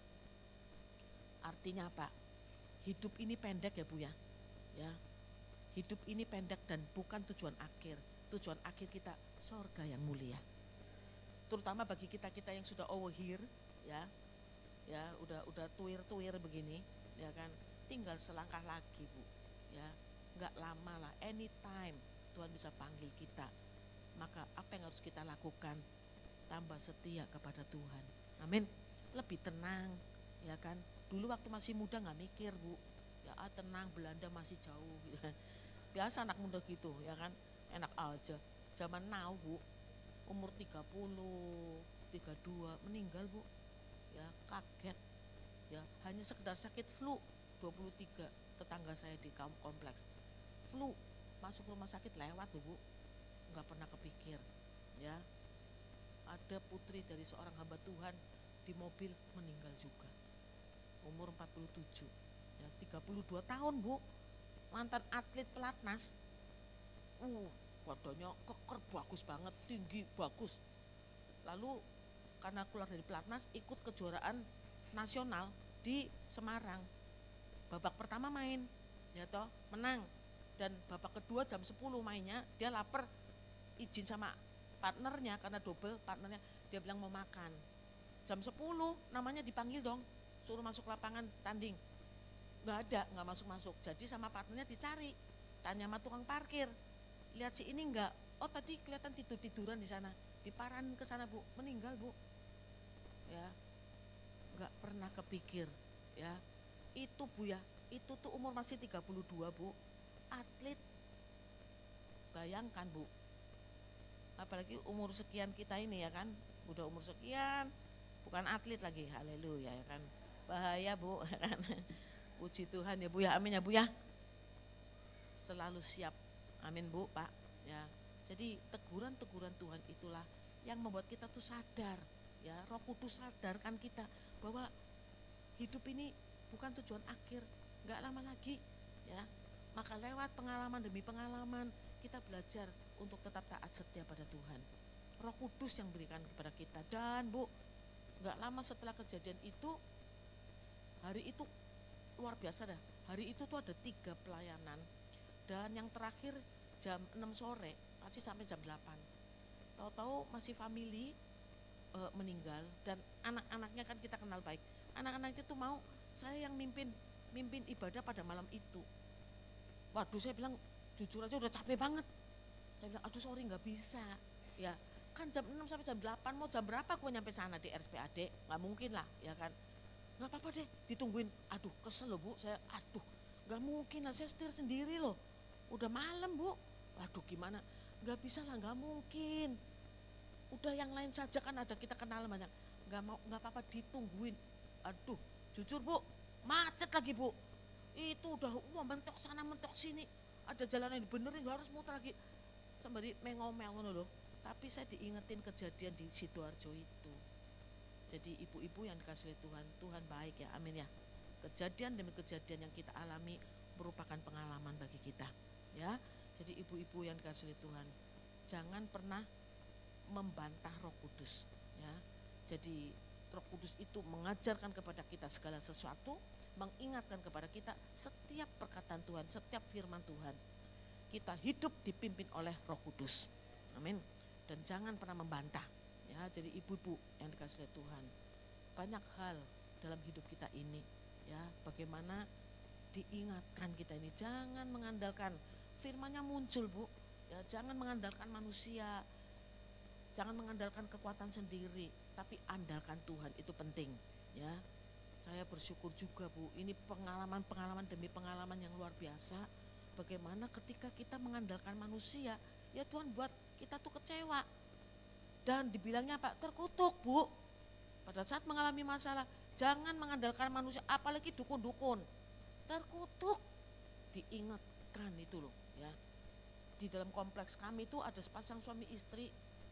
Artinya apa? Hidup ini pendek ya Bu ya. Ya. Hidup ini pendek dan bukan tujuan akhir. Tujuan akhir kita sorga yang mulia. Terutama bagi kita-kita yang sudah over here, ya, ya udah udah tuir-tuir begini, ya kan, tinggal selangkah lagi Bu, ya, nggak lama lah, anytime Tuhan bisa panggil kita. Maka apa yang harus kita lakukan? Tambah setia kepada Tuhan. Amin. Lebih tenang, ya kan. Dulu waktu masih muda nggak mikir Bu, ya ah, tenang, Belanda masih jauh. Ya. Biasa anak muda gitu ya kan, enak aja. Zaman now Bu, umur tiga puluh, tiga puluh dua meninggal Bu, ya kaget. Ya hanya sekedar sakit flu, dua puluh tiga tetangga saya di kaum kompleks. Flu, masuk rumah sakit lewat tuh Bu, nggak pernah kepikir. Ya, ada putri dari seorang hamba Tuhan di mobil meninggal juga, umur empat puluh tujuh, ya tiga puluh dua tahun Bu. Mantan atlet pelatnas, uh, badannya keker bagus banget, tinggi bagus. Lalu karena keluar dari pelatnas ikut kejuaraan nasional di Semarang. Babak pertama main, ya toh menang. Dan babak kedua jam sepuluh mainnya, dia lapar, izin sama partnernya karena double partnernya, dia bilang mau makan. Jam sepuluh namanya dipanggil dong, suruh masuk lapangan tanding. Nggak ada, nggak masuk-masuk. Jadi sama partnernya dicari, tanya sama tukang parkir, lihat si ini enggak, oh tadi kelihatan tidur-tiduran di sana, diparanin ke sana Bu, meninggal Bu. Ya, nggak pernah kepikir, ya. Itu Bu ya, itu tuh umur masih tiga puluh dua Bu, atlet. Bayangkan Bu, apalagi umur sekian kita ini ya kan, udah umur sekian, bukan atlet lagi, haleluya ya kan, bahaya Bu, ya kan. Puji Tuhan ya Bu ya, amin ya Bu ya. Selalu siap, amin Bu Pak ya. Jadi teguran-teguran Tuhan itulah yang membuat kita tuh sadar, ya, Roh Kudus sadarkan kita bahwa hidup ini bukan tujuan akhir, nggak lama lagi, ya. Maka lewat pengalaman demi pengalaman kita belajar untuk tetap taat setia pada Tuhan. Roh Kudus yang berikan kepada kita. Dan Bu, nggak lama setelah kejadian itu, hari itu luar biasa dah. Hari itu tuh ada tiga pelayanan, dan yang terakhir jam enam sore masih sampai jam delapan. Tahu-tahu masih family e, meninggal, dan anak-anaknya kan kita kenal baik. Anak-anak itu mau saya yang mimpin mimpin ibadah pada malam itu. Waduh, saya bilang jujur aja udah capek banget. Saya bilang aduh sorry nggak bisa. Ya kan jam enam sampai jam delapan, mau jam berapa gue nyampe sana di R S P A D? Nggak mungkin lah, ya kan. Nggak apa-apa deh, ditungguin. Aduh kesel loh Bu, saya aduh nggak mungkin lah, saya setir sendiri loh. Udah malam Bu, waduh gimana? Nggak bisa lah, nggak mungkin. Udah yang lain saja kan ada kita kenal banyak. Nggak mau, nggak apa-apa ditungguin. Aduh jujur Bu, macet lagi Bu. Itu udah wah mentok sana mentok sini. Ada jalan yang dibenerin, harus muter lagi. Sembari mengomel ngono loh. Tapi saya diingetin kejadian di Sidoarjo itu. Jadi ibu-ibu yang dikasih oleh Tuhan, Tuhan baik ya, amin ya. Kejadian demi kejadian yang kita alami merupakan pengalaman bagi kita, ya. Jadi ibu-ibu yang dikasih oleh Tuhan, jangan pernah membantah Roh Kudus, ya. Jadi Roh Kudus itu mengajarkan kepada kita segala sesuatu, mengingatkan kepada kita setiap perkataan Tuhan, setiap firman Tuhan. Kita hidup dipimpin oleh Roh Kudus, amin. Dan jangan pernah membantah. Ya, jadi ibu-ibu yang dikasih oleh Tuhan, banyak hal dalam hidup kita ini, ya, bagaimana diingatkan kita ini, jangan mengandalkan firman-Nya muncul Bu, ya, jangan mengandalkan manusia, jangan mengandalkan kekuatan sendiri, tapi andalkan Tuhan, itu penting, ya. Saya bersyukur juga Bu, ini pengalaman-pengalaman demi pengalaman yang luar biasa, bagaimana ketika kita mengandalkan manusia, ya Tuhan buat kita tuh kecewa. Dan dibilangnya Pak, terkutuk Bu. Pada saat mengalami masalah, jangan mengandalkan manusia, apalagi dukun-dukun. Terkutuk, diingatkan itu loh, ya. Di dalam kompleks kami itu ada sepasang suami istri.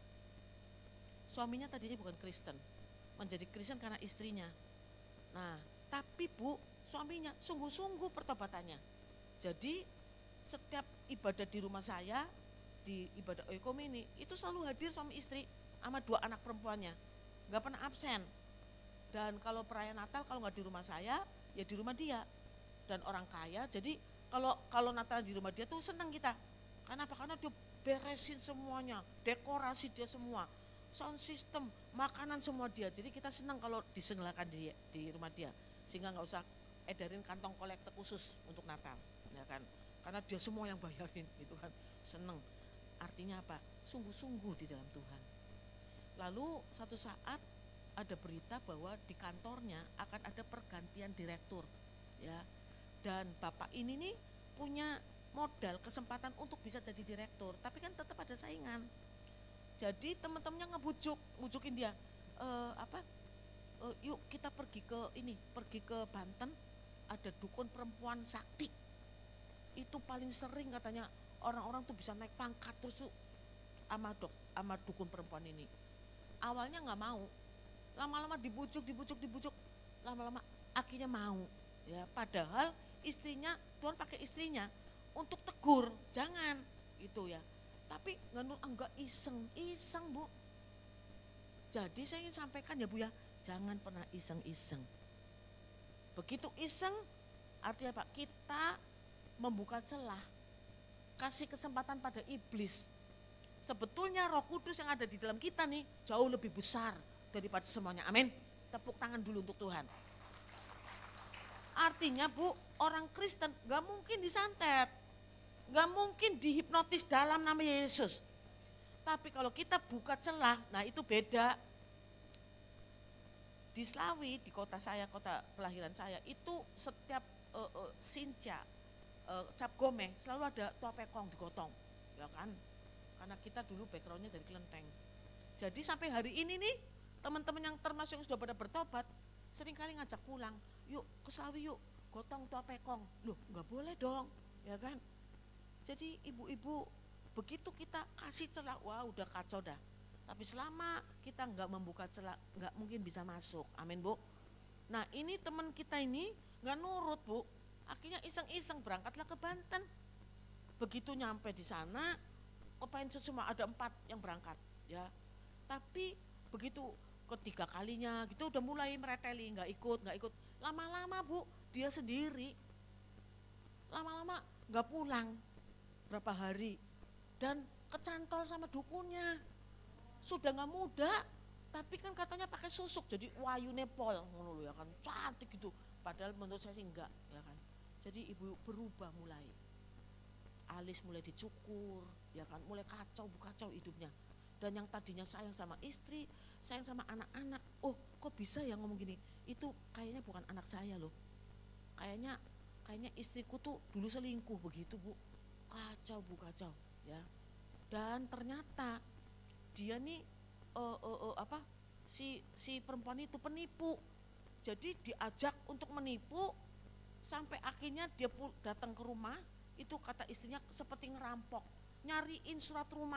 Suaminya tadinya bukan Kristen, menjadi Kristen karena istrinya. Nah, tapi Bu, suaminya sungguh-sungguh pertobatannya. Jadi setiap ibadah di rumah saya, di ibadah Oikom ini, itu selalu hadir suami istri sama dua anak perempuannya, nggak pernah absen. Dan kalau perayaan Natal kalau nggak di rumah saya, ya di rumah dia. Dan orang kaya, jadi kalau kalau Natal di rumah dia tuh senang kita. Karena apa? Karena dia beresin semuanya, dekorasi dia semua, sound system, makanan semua dia. Jadi kita senang kalau disenggalakan di di rumah dia, sehingga nggak usah edarin kantong kolektor khusus untuk Natal, ya kan? Karena dia semua yang bayarin, gitu kan, seneng. Artinya apa? Sungguh-sungguh di dalam Tuhan. Lalu satu saat ada berita bahwa di kantornya akan ada pergantian direktur, ya. Dan bapak ini nih punya modal kesempatan untuk bisa jadi direktur, tapi kan tetap ada saingan. Jadi teman-temannya ngebujuk, bujukin dia, e, apa? E, yuk kita pergi ke ini, pergi ke Banten, ada dukun perempuan sakti. Itu paling sering katanya orang-orang tuh bisa naik pangkat terus tuh sama dok, sama dukun perempuan ini. Awalnya nggak mau, lama-lama dibujuk, dibujuk, dibujuk, lama-lama akhirnya mau. Ya, padahal istrinya, Tuhan pakai istrinya untuk tegur, jangan gitu ya. Tapi nggak enggak iseng, iseng Bu. Jadi saya ingin sampaikan ya Bu ya, jangan pernah iseng-iseng. Begitu iseng, artinya Pak, kita membuka celah, kasih kesempatan pada iblis. Sebetulnya Roh Kudus yang ada di dalam kita nih jauh lebih besar daripada semuanya. Amin. Tepuk tangan dulu untuk Tuhan. Artinya Bu, orang Kristen gak mungkin disantet, gak mungkin dihipnotis dalam nama Yesus. Tapi kalau kita buka celah, nah itu beda. Di Slawi, di kota saya, kota kelahiran saya, itu setiap uh, uh, Sinca, uh, Cap Gomeh selalu ada tua pekong digotong, ya kan? Karena kita dulu backgroundnya dari kelenteng. Jadi sampai hari ini nih, teman-teman yang termasuk yang sudah pada bertobat, seringkali ngajak pulang, yuk ke Slawi yuk, gotong tua pekong. Loh nggak boleh dong, ya kan? Jadi ibu-ibu begitu kita kasih celah, wah udah kacau dah. Tapi selama kita nggak membuka celah, nggak mungkin bisa masuk. Amin Bu. Nah ini teman kita ini nggak nurut Bu, akhirnya iseng-iseng berangkatlah ke Banten. Begitu nyampe di sana, kepencut semua ada empat yang berangkat, ya. Tapi begitu ketiga kalinya gitu udah mulai mereteli, nggak ikut, nggak ikut. Lama-lama Bu, dia sendiri, lama-lama nggak pulang berapa hari dan kecantol sama dukunnya. Sudah nggak muda, tapi kan katanya pakai susuk jadi wayu nepol, ngono ya kan, cantik gitu. Padahal menurut saya sih enggak, ya kan. Jadi ibu berubah mulai, alis mulai dicukur, ya kan, mulai kacau bu kacau hidupnya. Dan yang tadinya sayang sama istri, sayang sama anak-anak, oh kok bisa ya ngomong gini? Itu kayaknya bukan anak saya loh, kayaknya kayaknya istriku tuh dulu selingkuh begitu bu, kacau bu kacau, ya. Dan ternyata dia nih uh, uh, uh, apa si si perempuan itu penipu, jadi diajak untuk menipu sampai akhirnya dia datang ke rumah itu kata istrinya seperti ngerampok, nyariin surat rumah.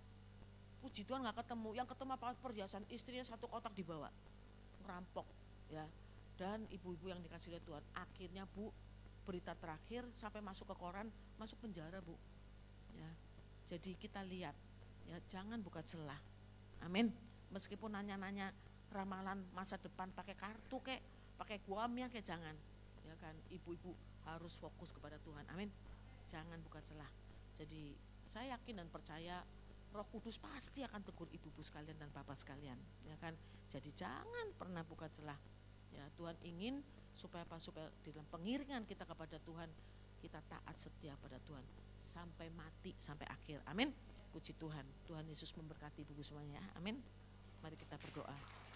Puji Tuhan nggak ketemu, yang ketemu apa perhiasan istrinya satu kotak dibawa, ngerampok, ya. Dan ibu-ibu yang dikasih oleh Tuhan, akhirnya bu berita terakhir sampai masuk ke koran, masuk penjara bu, ya. Jadi kita lihat, ya jangan buka celah, amin. Meskipun nanya-nanya ramalan masa depan pakai kartu kek, pakai guamnya kek, jangan, ya kan. Ibu-ibu harus fokus kepada Tuhan, amin. Jangan buka celah. Jadi saya yakin dan percaya Roh Kudus pasti akan tegur ibu-ibu sekalian dan bapak sekalian, ya kan. Jadi jangan pernah buka celah, ya. Tuhan ingin supaya apa? Supaya di dalam pengiringan kita kepada Tuhan, kita taat setia pada Tuhan sampai mati, sampai akhir, amin. Puji Tuhan, Tuhan Yesus memberkati ibu-ibu semuanya, amin. Mari kita berdoa.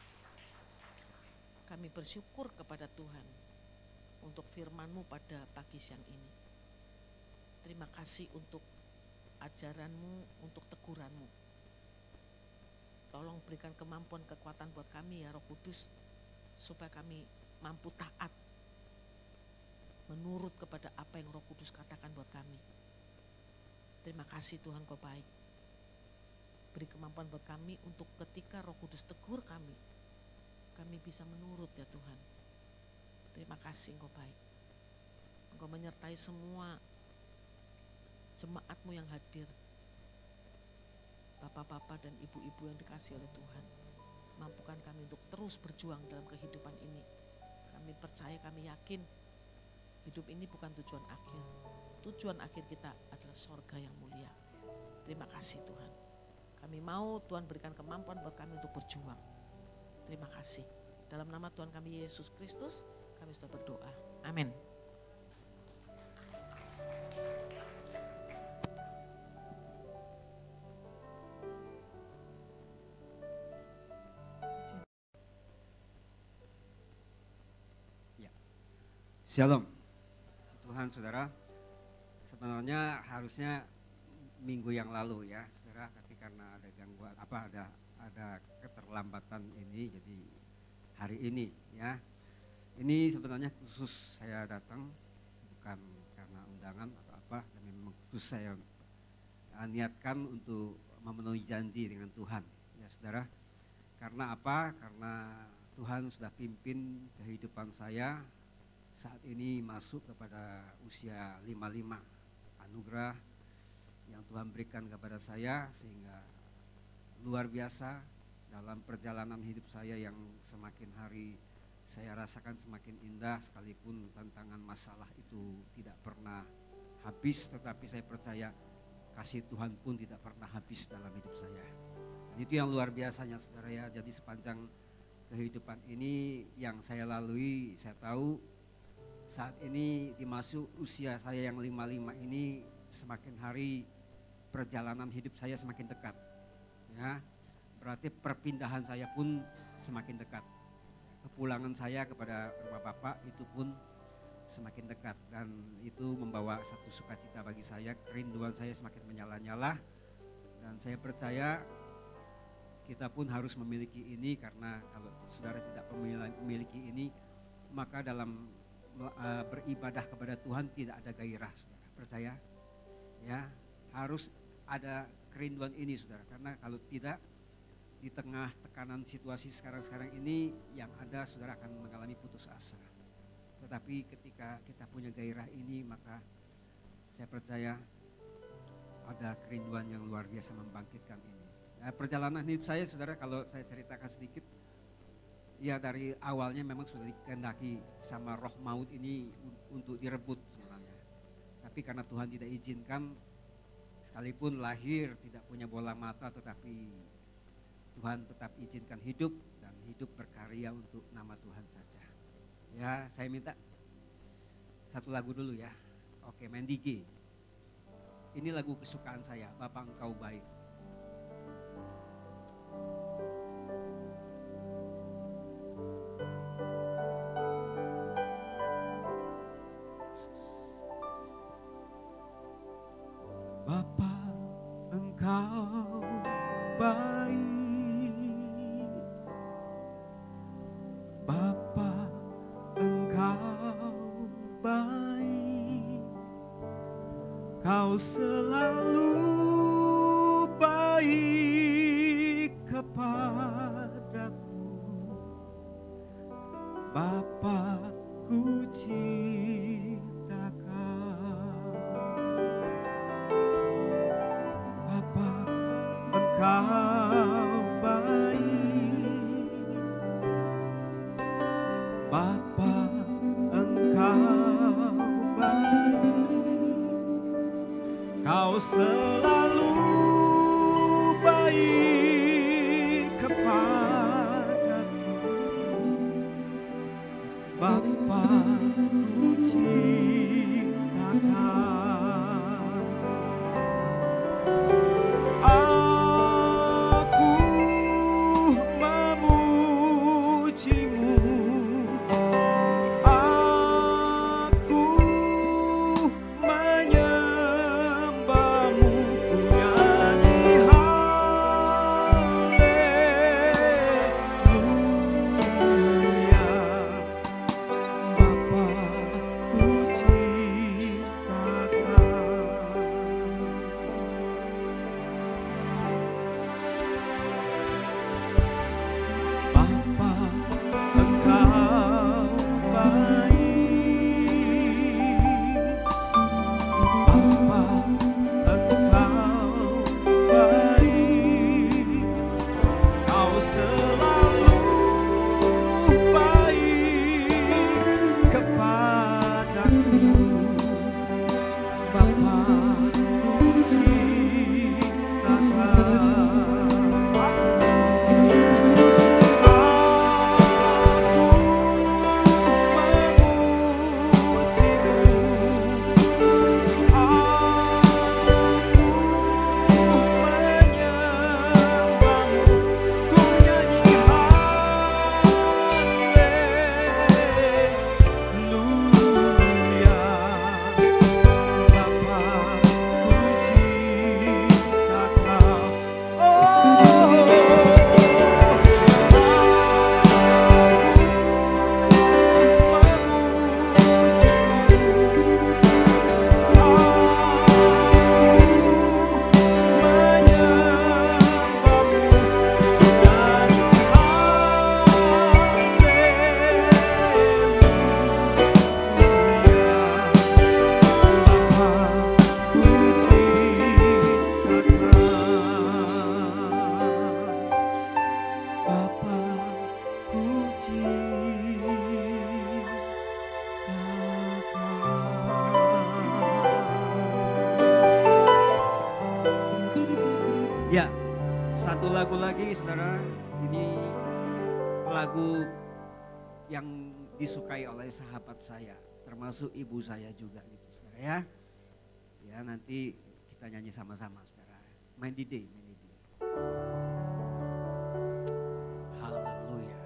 Kami bersyukur kepada Tuhan untuk firman-Mu pada pagi siang ini. Terima kasih untuk ajaran-Mu, untuk teguran-Mu. Tolong berikan kemampuan, kekuatan buat kami ya Roh Kudus, supaya kami mampu taat, menurut kepada apa yang Roh Kudus katakan buat kami. Terima kasih Tuhan, Kau baik. Beri kemampuan buat kami untuk ketika Roh Kudus tegur kami, kami bisa menurut ya Tuhan. Terima kasih Engkau baik. Engkau menyertai semua jemaat-Mu yang hadir, bapak-bapak dan ibu-ibu yang dikasih oleh Tuhan. Mampukan kami untuk terus berjuang dalam kehidupan ini. Kami percaya, kami yakin hidup ini bukan tujuan akhir. Tujuan akhir kita adalah sorga yang mulia. Terima kasih Tuhan. Kami mau Tuhan berikan kemampuan buat kami untuk berjuang. Terima kasih. Dalam nama Tuhan kami Yesus Kristus, kami sudah berdoa. Amin. Shalom, Tuhan saudara. Sebenarnya harusnya minggu yang lalu ya saudara, tapi karena ada gangguan apa ada ada keterlambatan ini, jadi hari ini ya. Ini sebenarnya khusus saya datang, bukan karena undangan atau apa, dan memang khusus saya uh, niatkan untuk memenuhi janji dengan Tuhan ya saudara. Karena apa? Karena Tuhan sudah pimpin kehidupan saya saat ini masuk kepada usia lima puluh lima, anugerah yang Tuhan berikan kepada saya sehingga luar biasa dalam perjalanan hidup saya yang semakin hari saya rasakan semakin indah, sekalipun tantangan masalah itu tidak pernah habis, tetapi saya percaya kasih Tuhan pun tidak pernah habis dalam hidup saya. Dan itu yang luar biasanya saudara ya. Jadi sepanjang kehidupan ini yang saya lalui, saya tahu saat ini dimasuk usia saya yang lima puluh lima ini, semakin hari perjalanan hidup saya semakin dekat. Ya, berarti perpindahan saya pun semakin dekat. Kepulangan saya kepada rumah Bapak itu pun semakin dekat, dan itu membawa satu sukacita bagi saya. Kerinduan saya semakin menyala-nyala, dan saya percaya kita pun harus memiliki ini, karena kalau saudara tidak memiliki ini, maka dalam uh, beribadah kepada Tuhan tidak ada gairah, saudara. Percaya? Ya, harus ada kerinduan ini saudara, karena kalau tidak di tengah tekanan situasi sekarang-sekarang ini yang ada saudara akan mengalami putus asa. Tetapi ketika kita punya gairah ini maka saya percaya ada kerinduan yang luar biasa membangkitkan ini. Nah, perjalanan hidup saya saudara kalau saya ceritakan sedikit, ya dari awalnya memang sudah dikehendaki sama roh maut ini untuk direbut sebenarnya. Tapi karena Tuhan tidak izinkan, sekalipun lahir tidak punya bola mata tetapi Tuhan tetap izinkan hidup dan hidup berkarya untuk nama Tuhan saja. Ya, saya minta satu lagu dulu ya. Oke, main D G. Ini lagu kesukaan saya, Bapa Engkau Baik. Bapa Engkau baik. Kau selalu baik kepadaku, Bapa ku cintakan. Bapa Engkau baik, Bapa Engkau baik. Kau selalu baik kepadaku, Bapa ku cintakan. Aku memujimu, aku menyembahmu, ku nyanyi haleluya. Bapa ku Ya, satu lagu lagi saudara, ini lagu yang disukai oleh sahabat saya, termasuk ibu saya juga gitu saudara ya. Ya nanti kita nyanyi sama-sama saudara, main di D, main di D. Haleluya.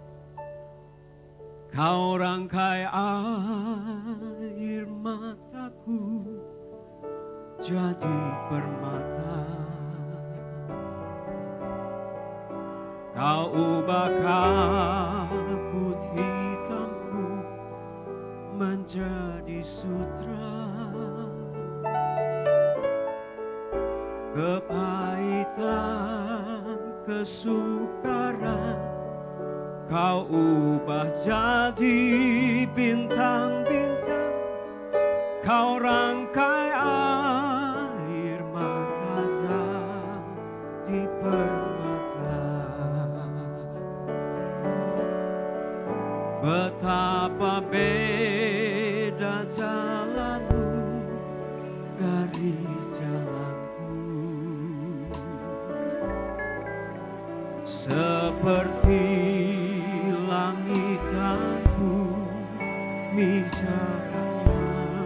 Kau rangkai air mataku jadi permata, Kau ubah kabut hitamku menjadi sutra. kepahitan, kesukaran, Kau ubah jadi bintang-bintang, Kau rangkai air mata jadi permata. Betapa beda jalanmu dari jalanku, seperti langit dan bumi jaraknya.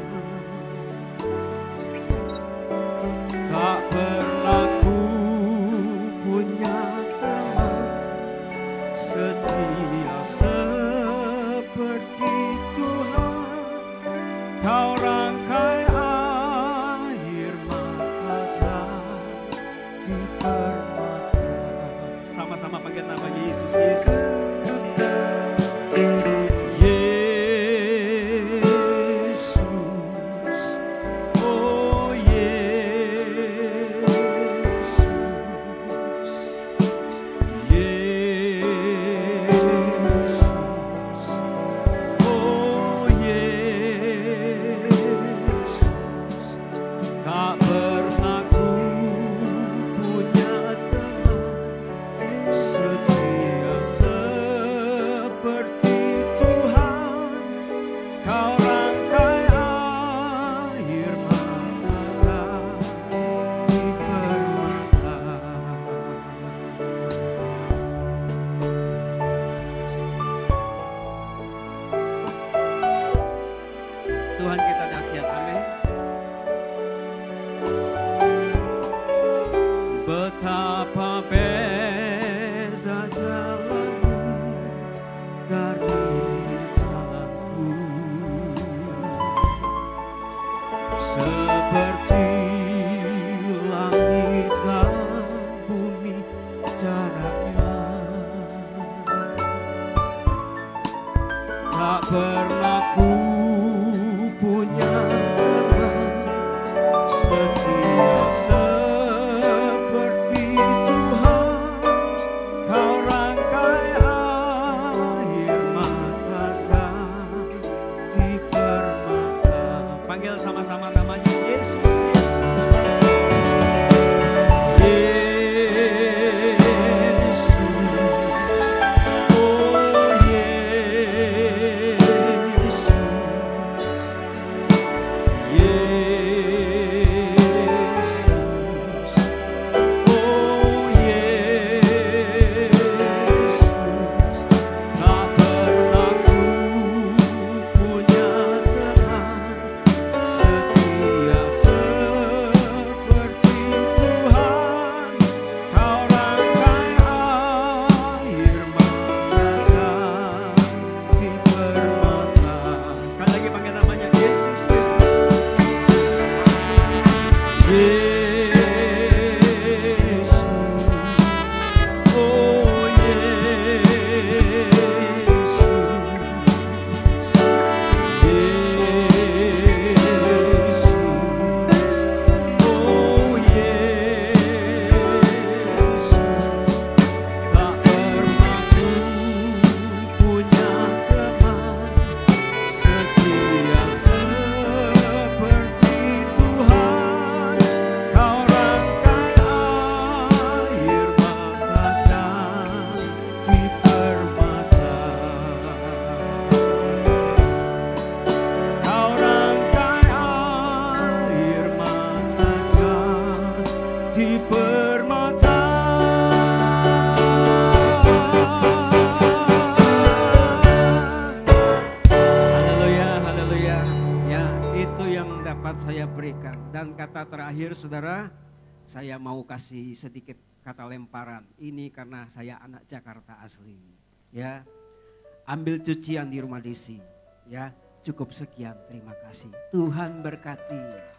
Tak pernah ku punya teman setia seperti Tuhan. Kau rangkai air mata jadi permata. Sama-sama panggil namanya Yesus, Yesus. Tuhan kita dahsyat, amin. Betapa beda jalanmu dari jalanku, seperti langit dan bumi jaraknya. Tak pernah ku punya teman setia seperti Tuhan. Kau rangkai air mata jadi permata. Panggil sama-sama namanya Yesus, Yesus. Saya berikan. Dan kata terakhir saudara, saya mau kasih sedikit kata lemparan. Ini karena saya anak Jakarta asli. Ya, ambil cucian di rumah Desi. Ya, cukup sekian. Terima kasih. Tuhan berkati.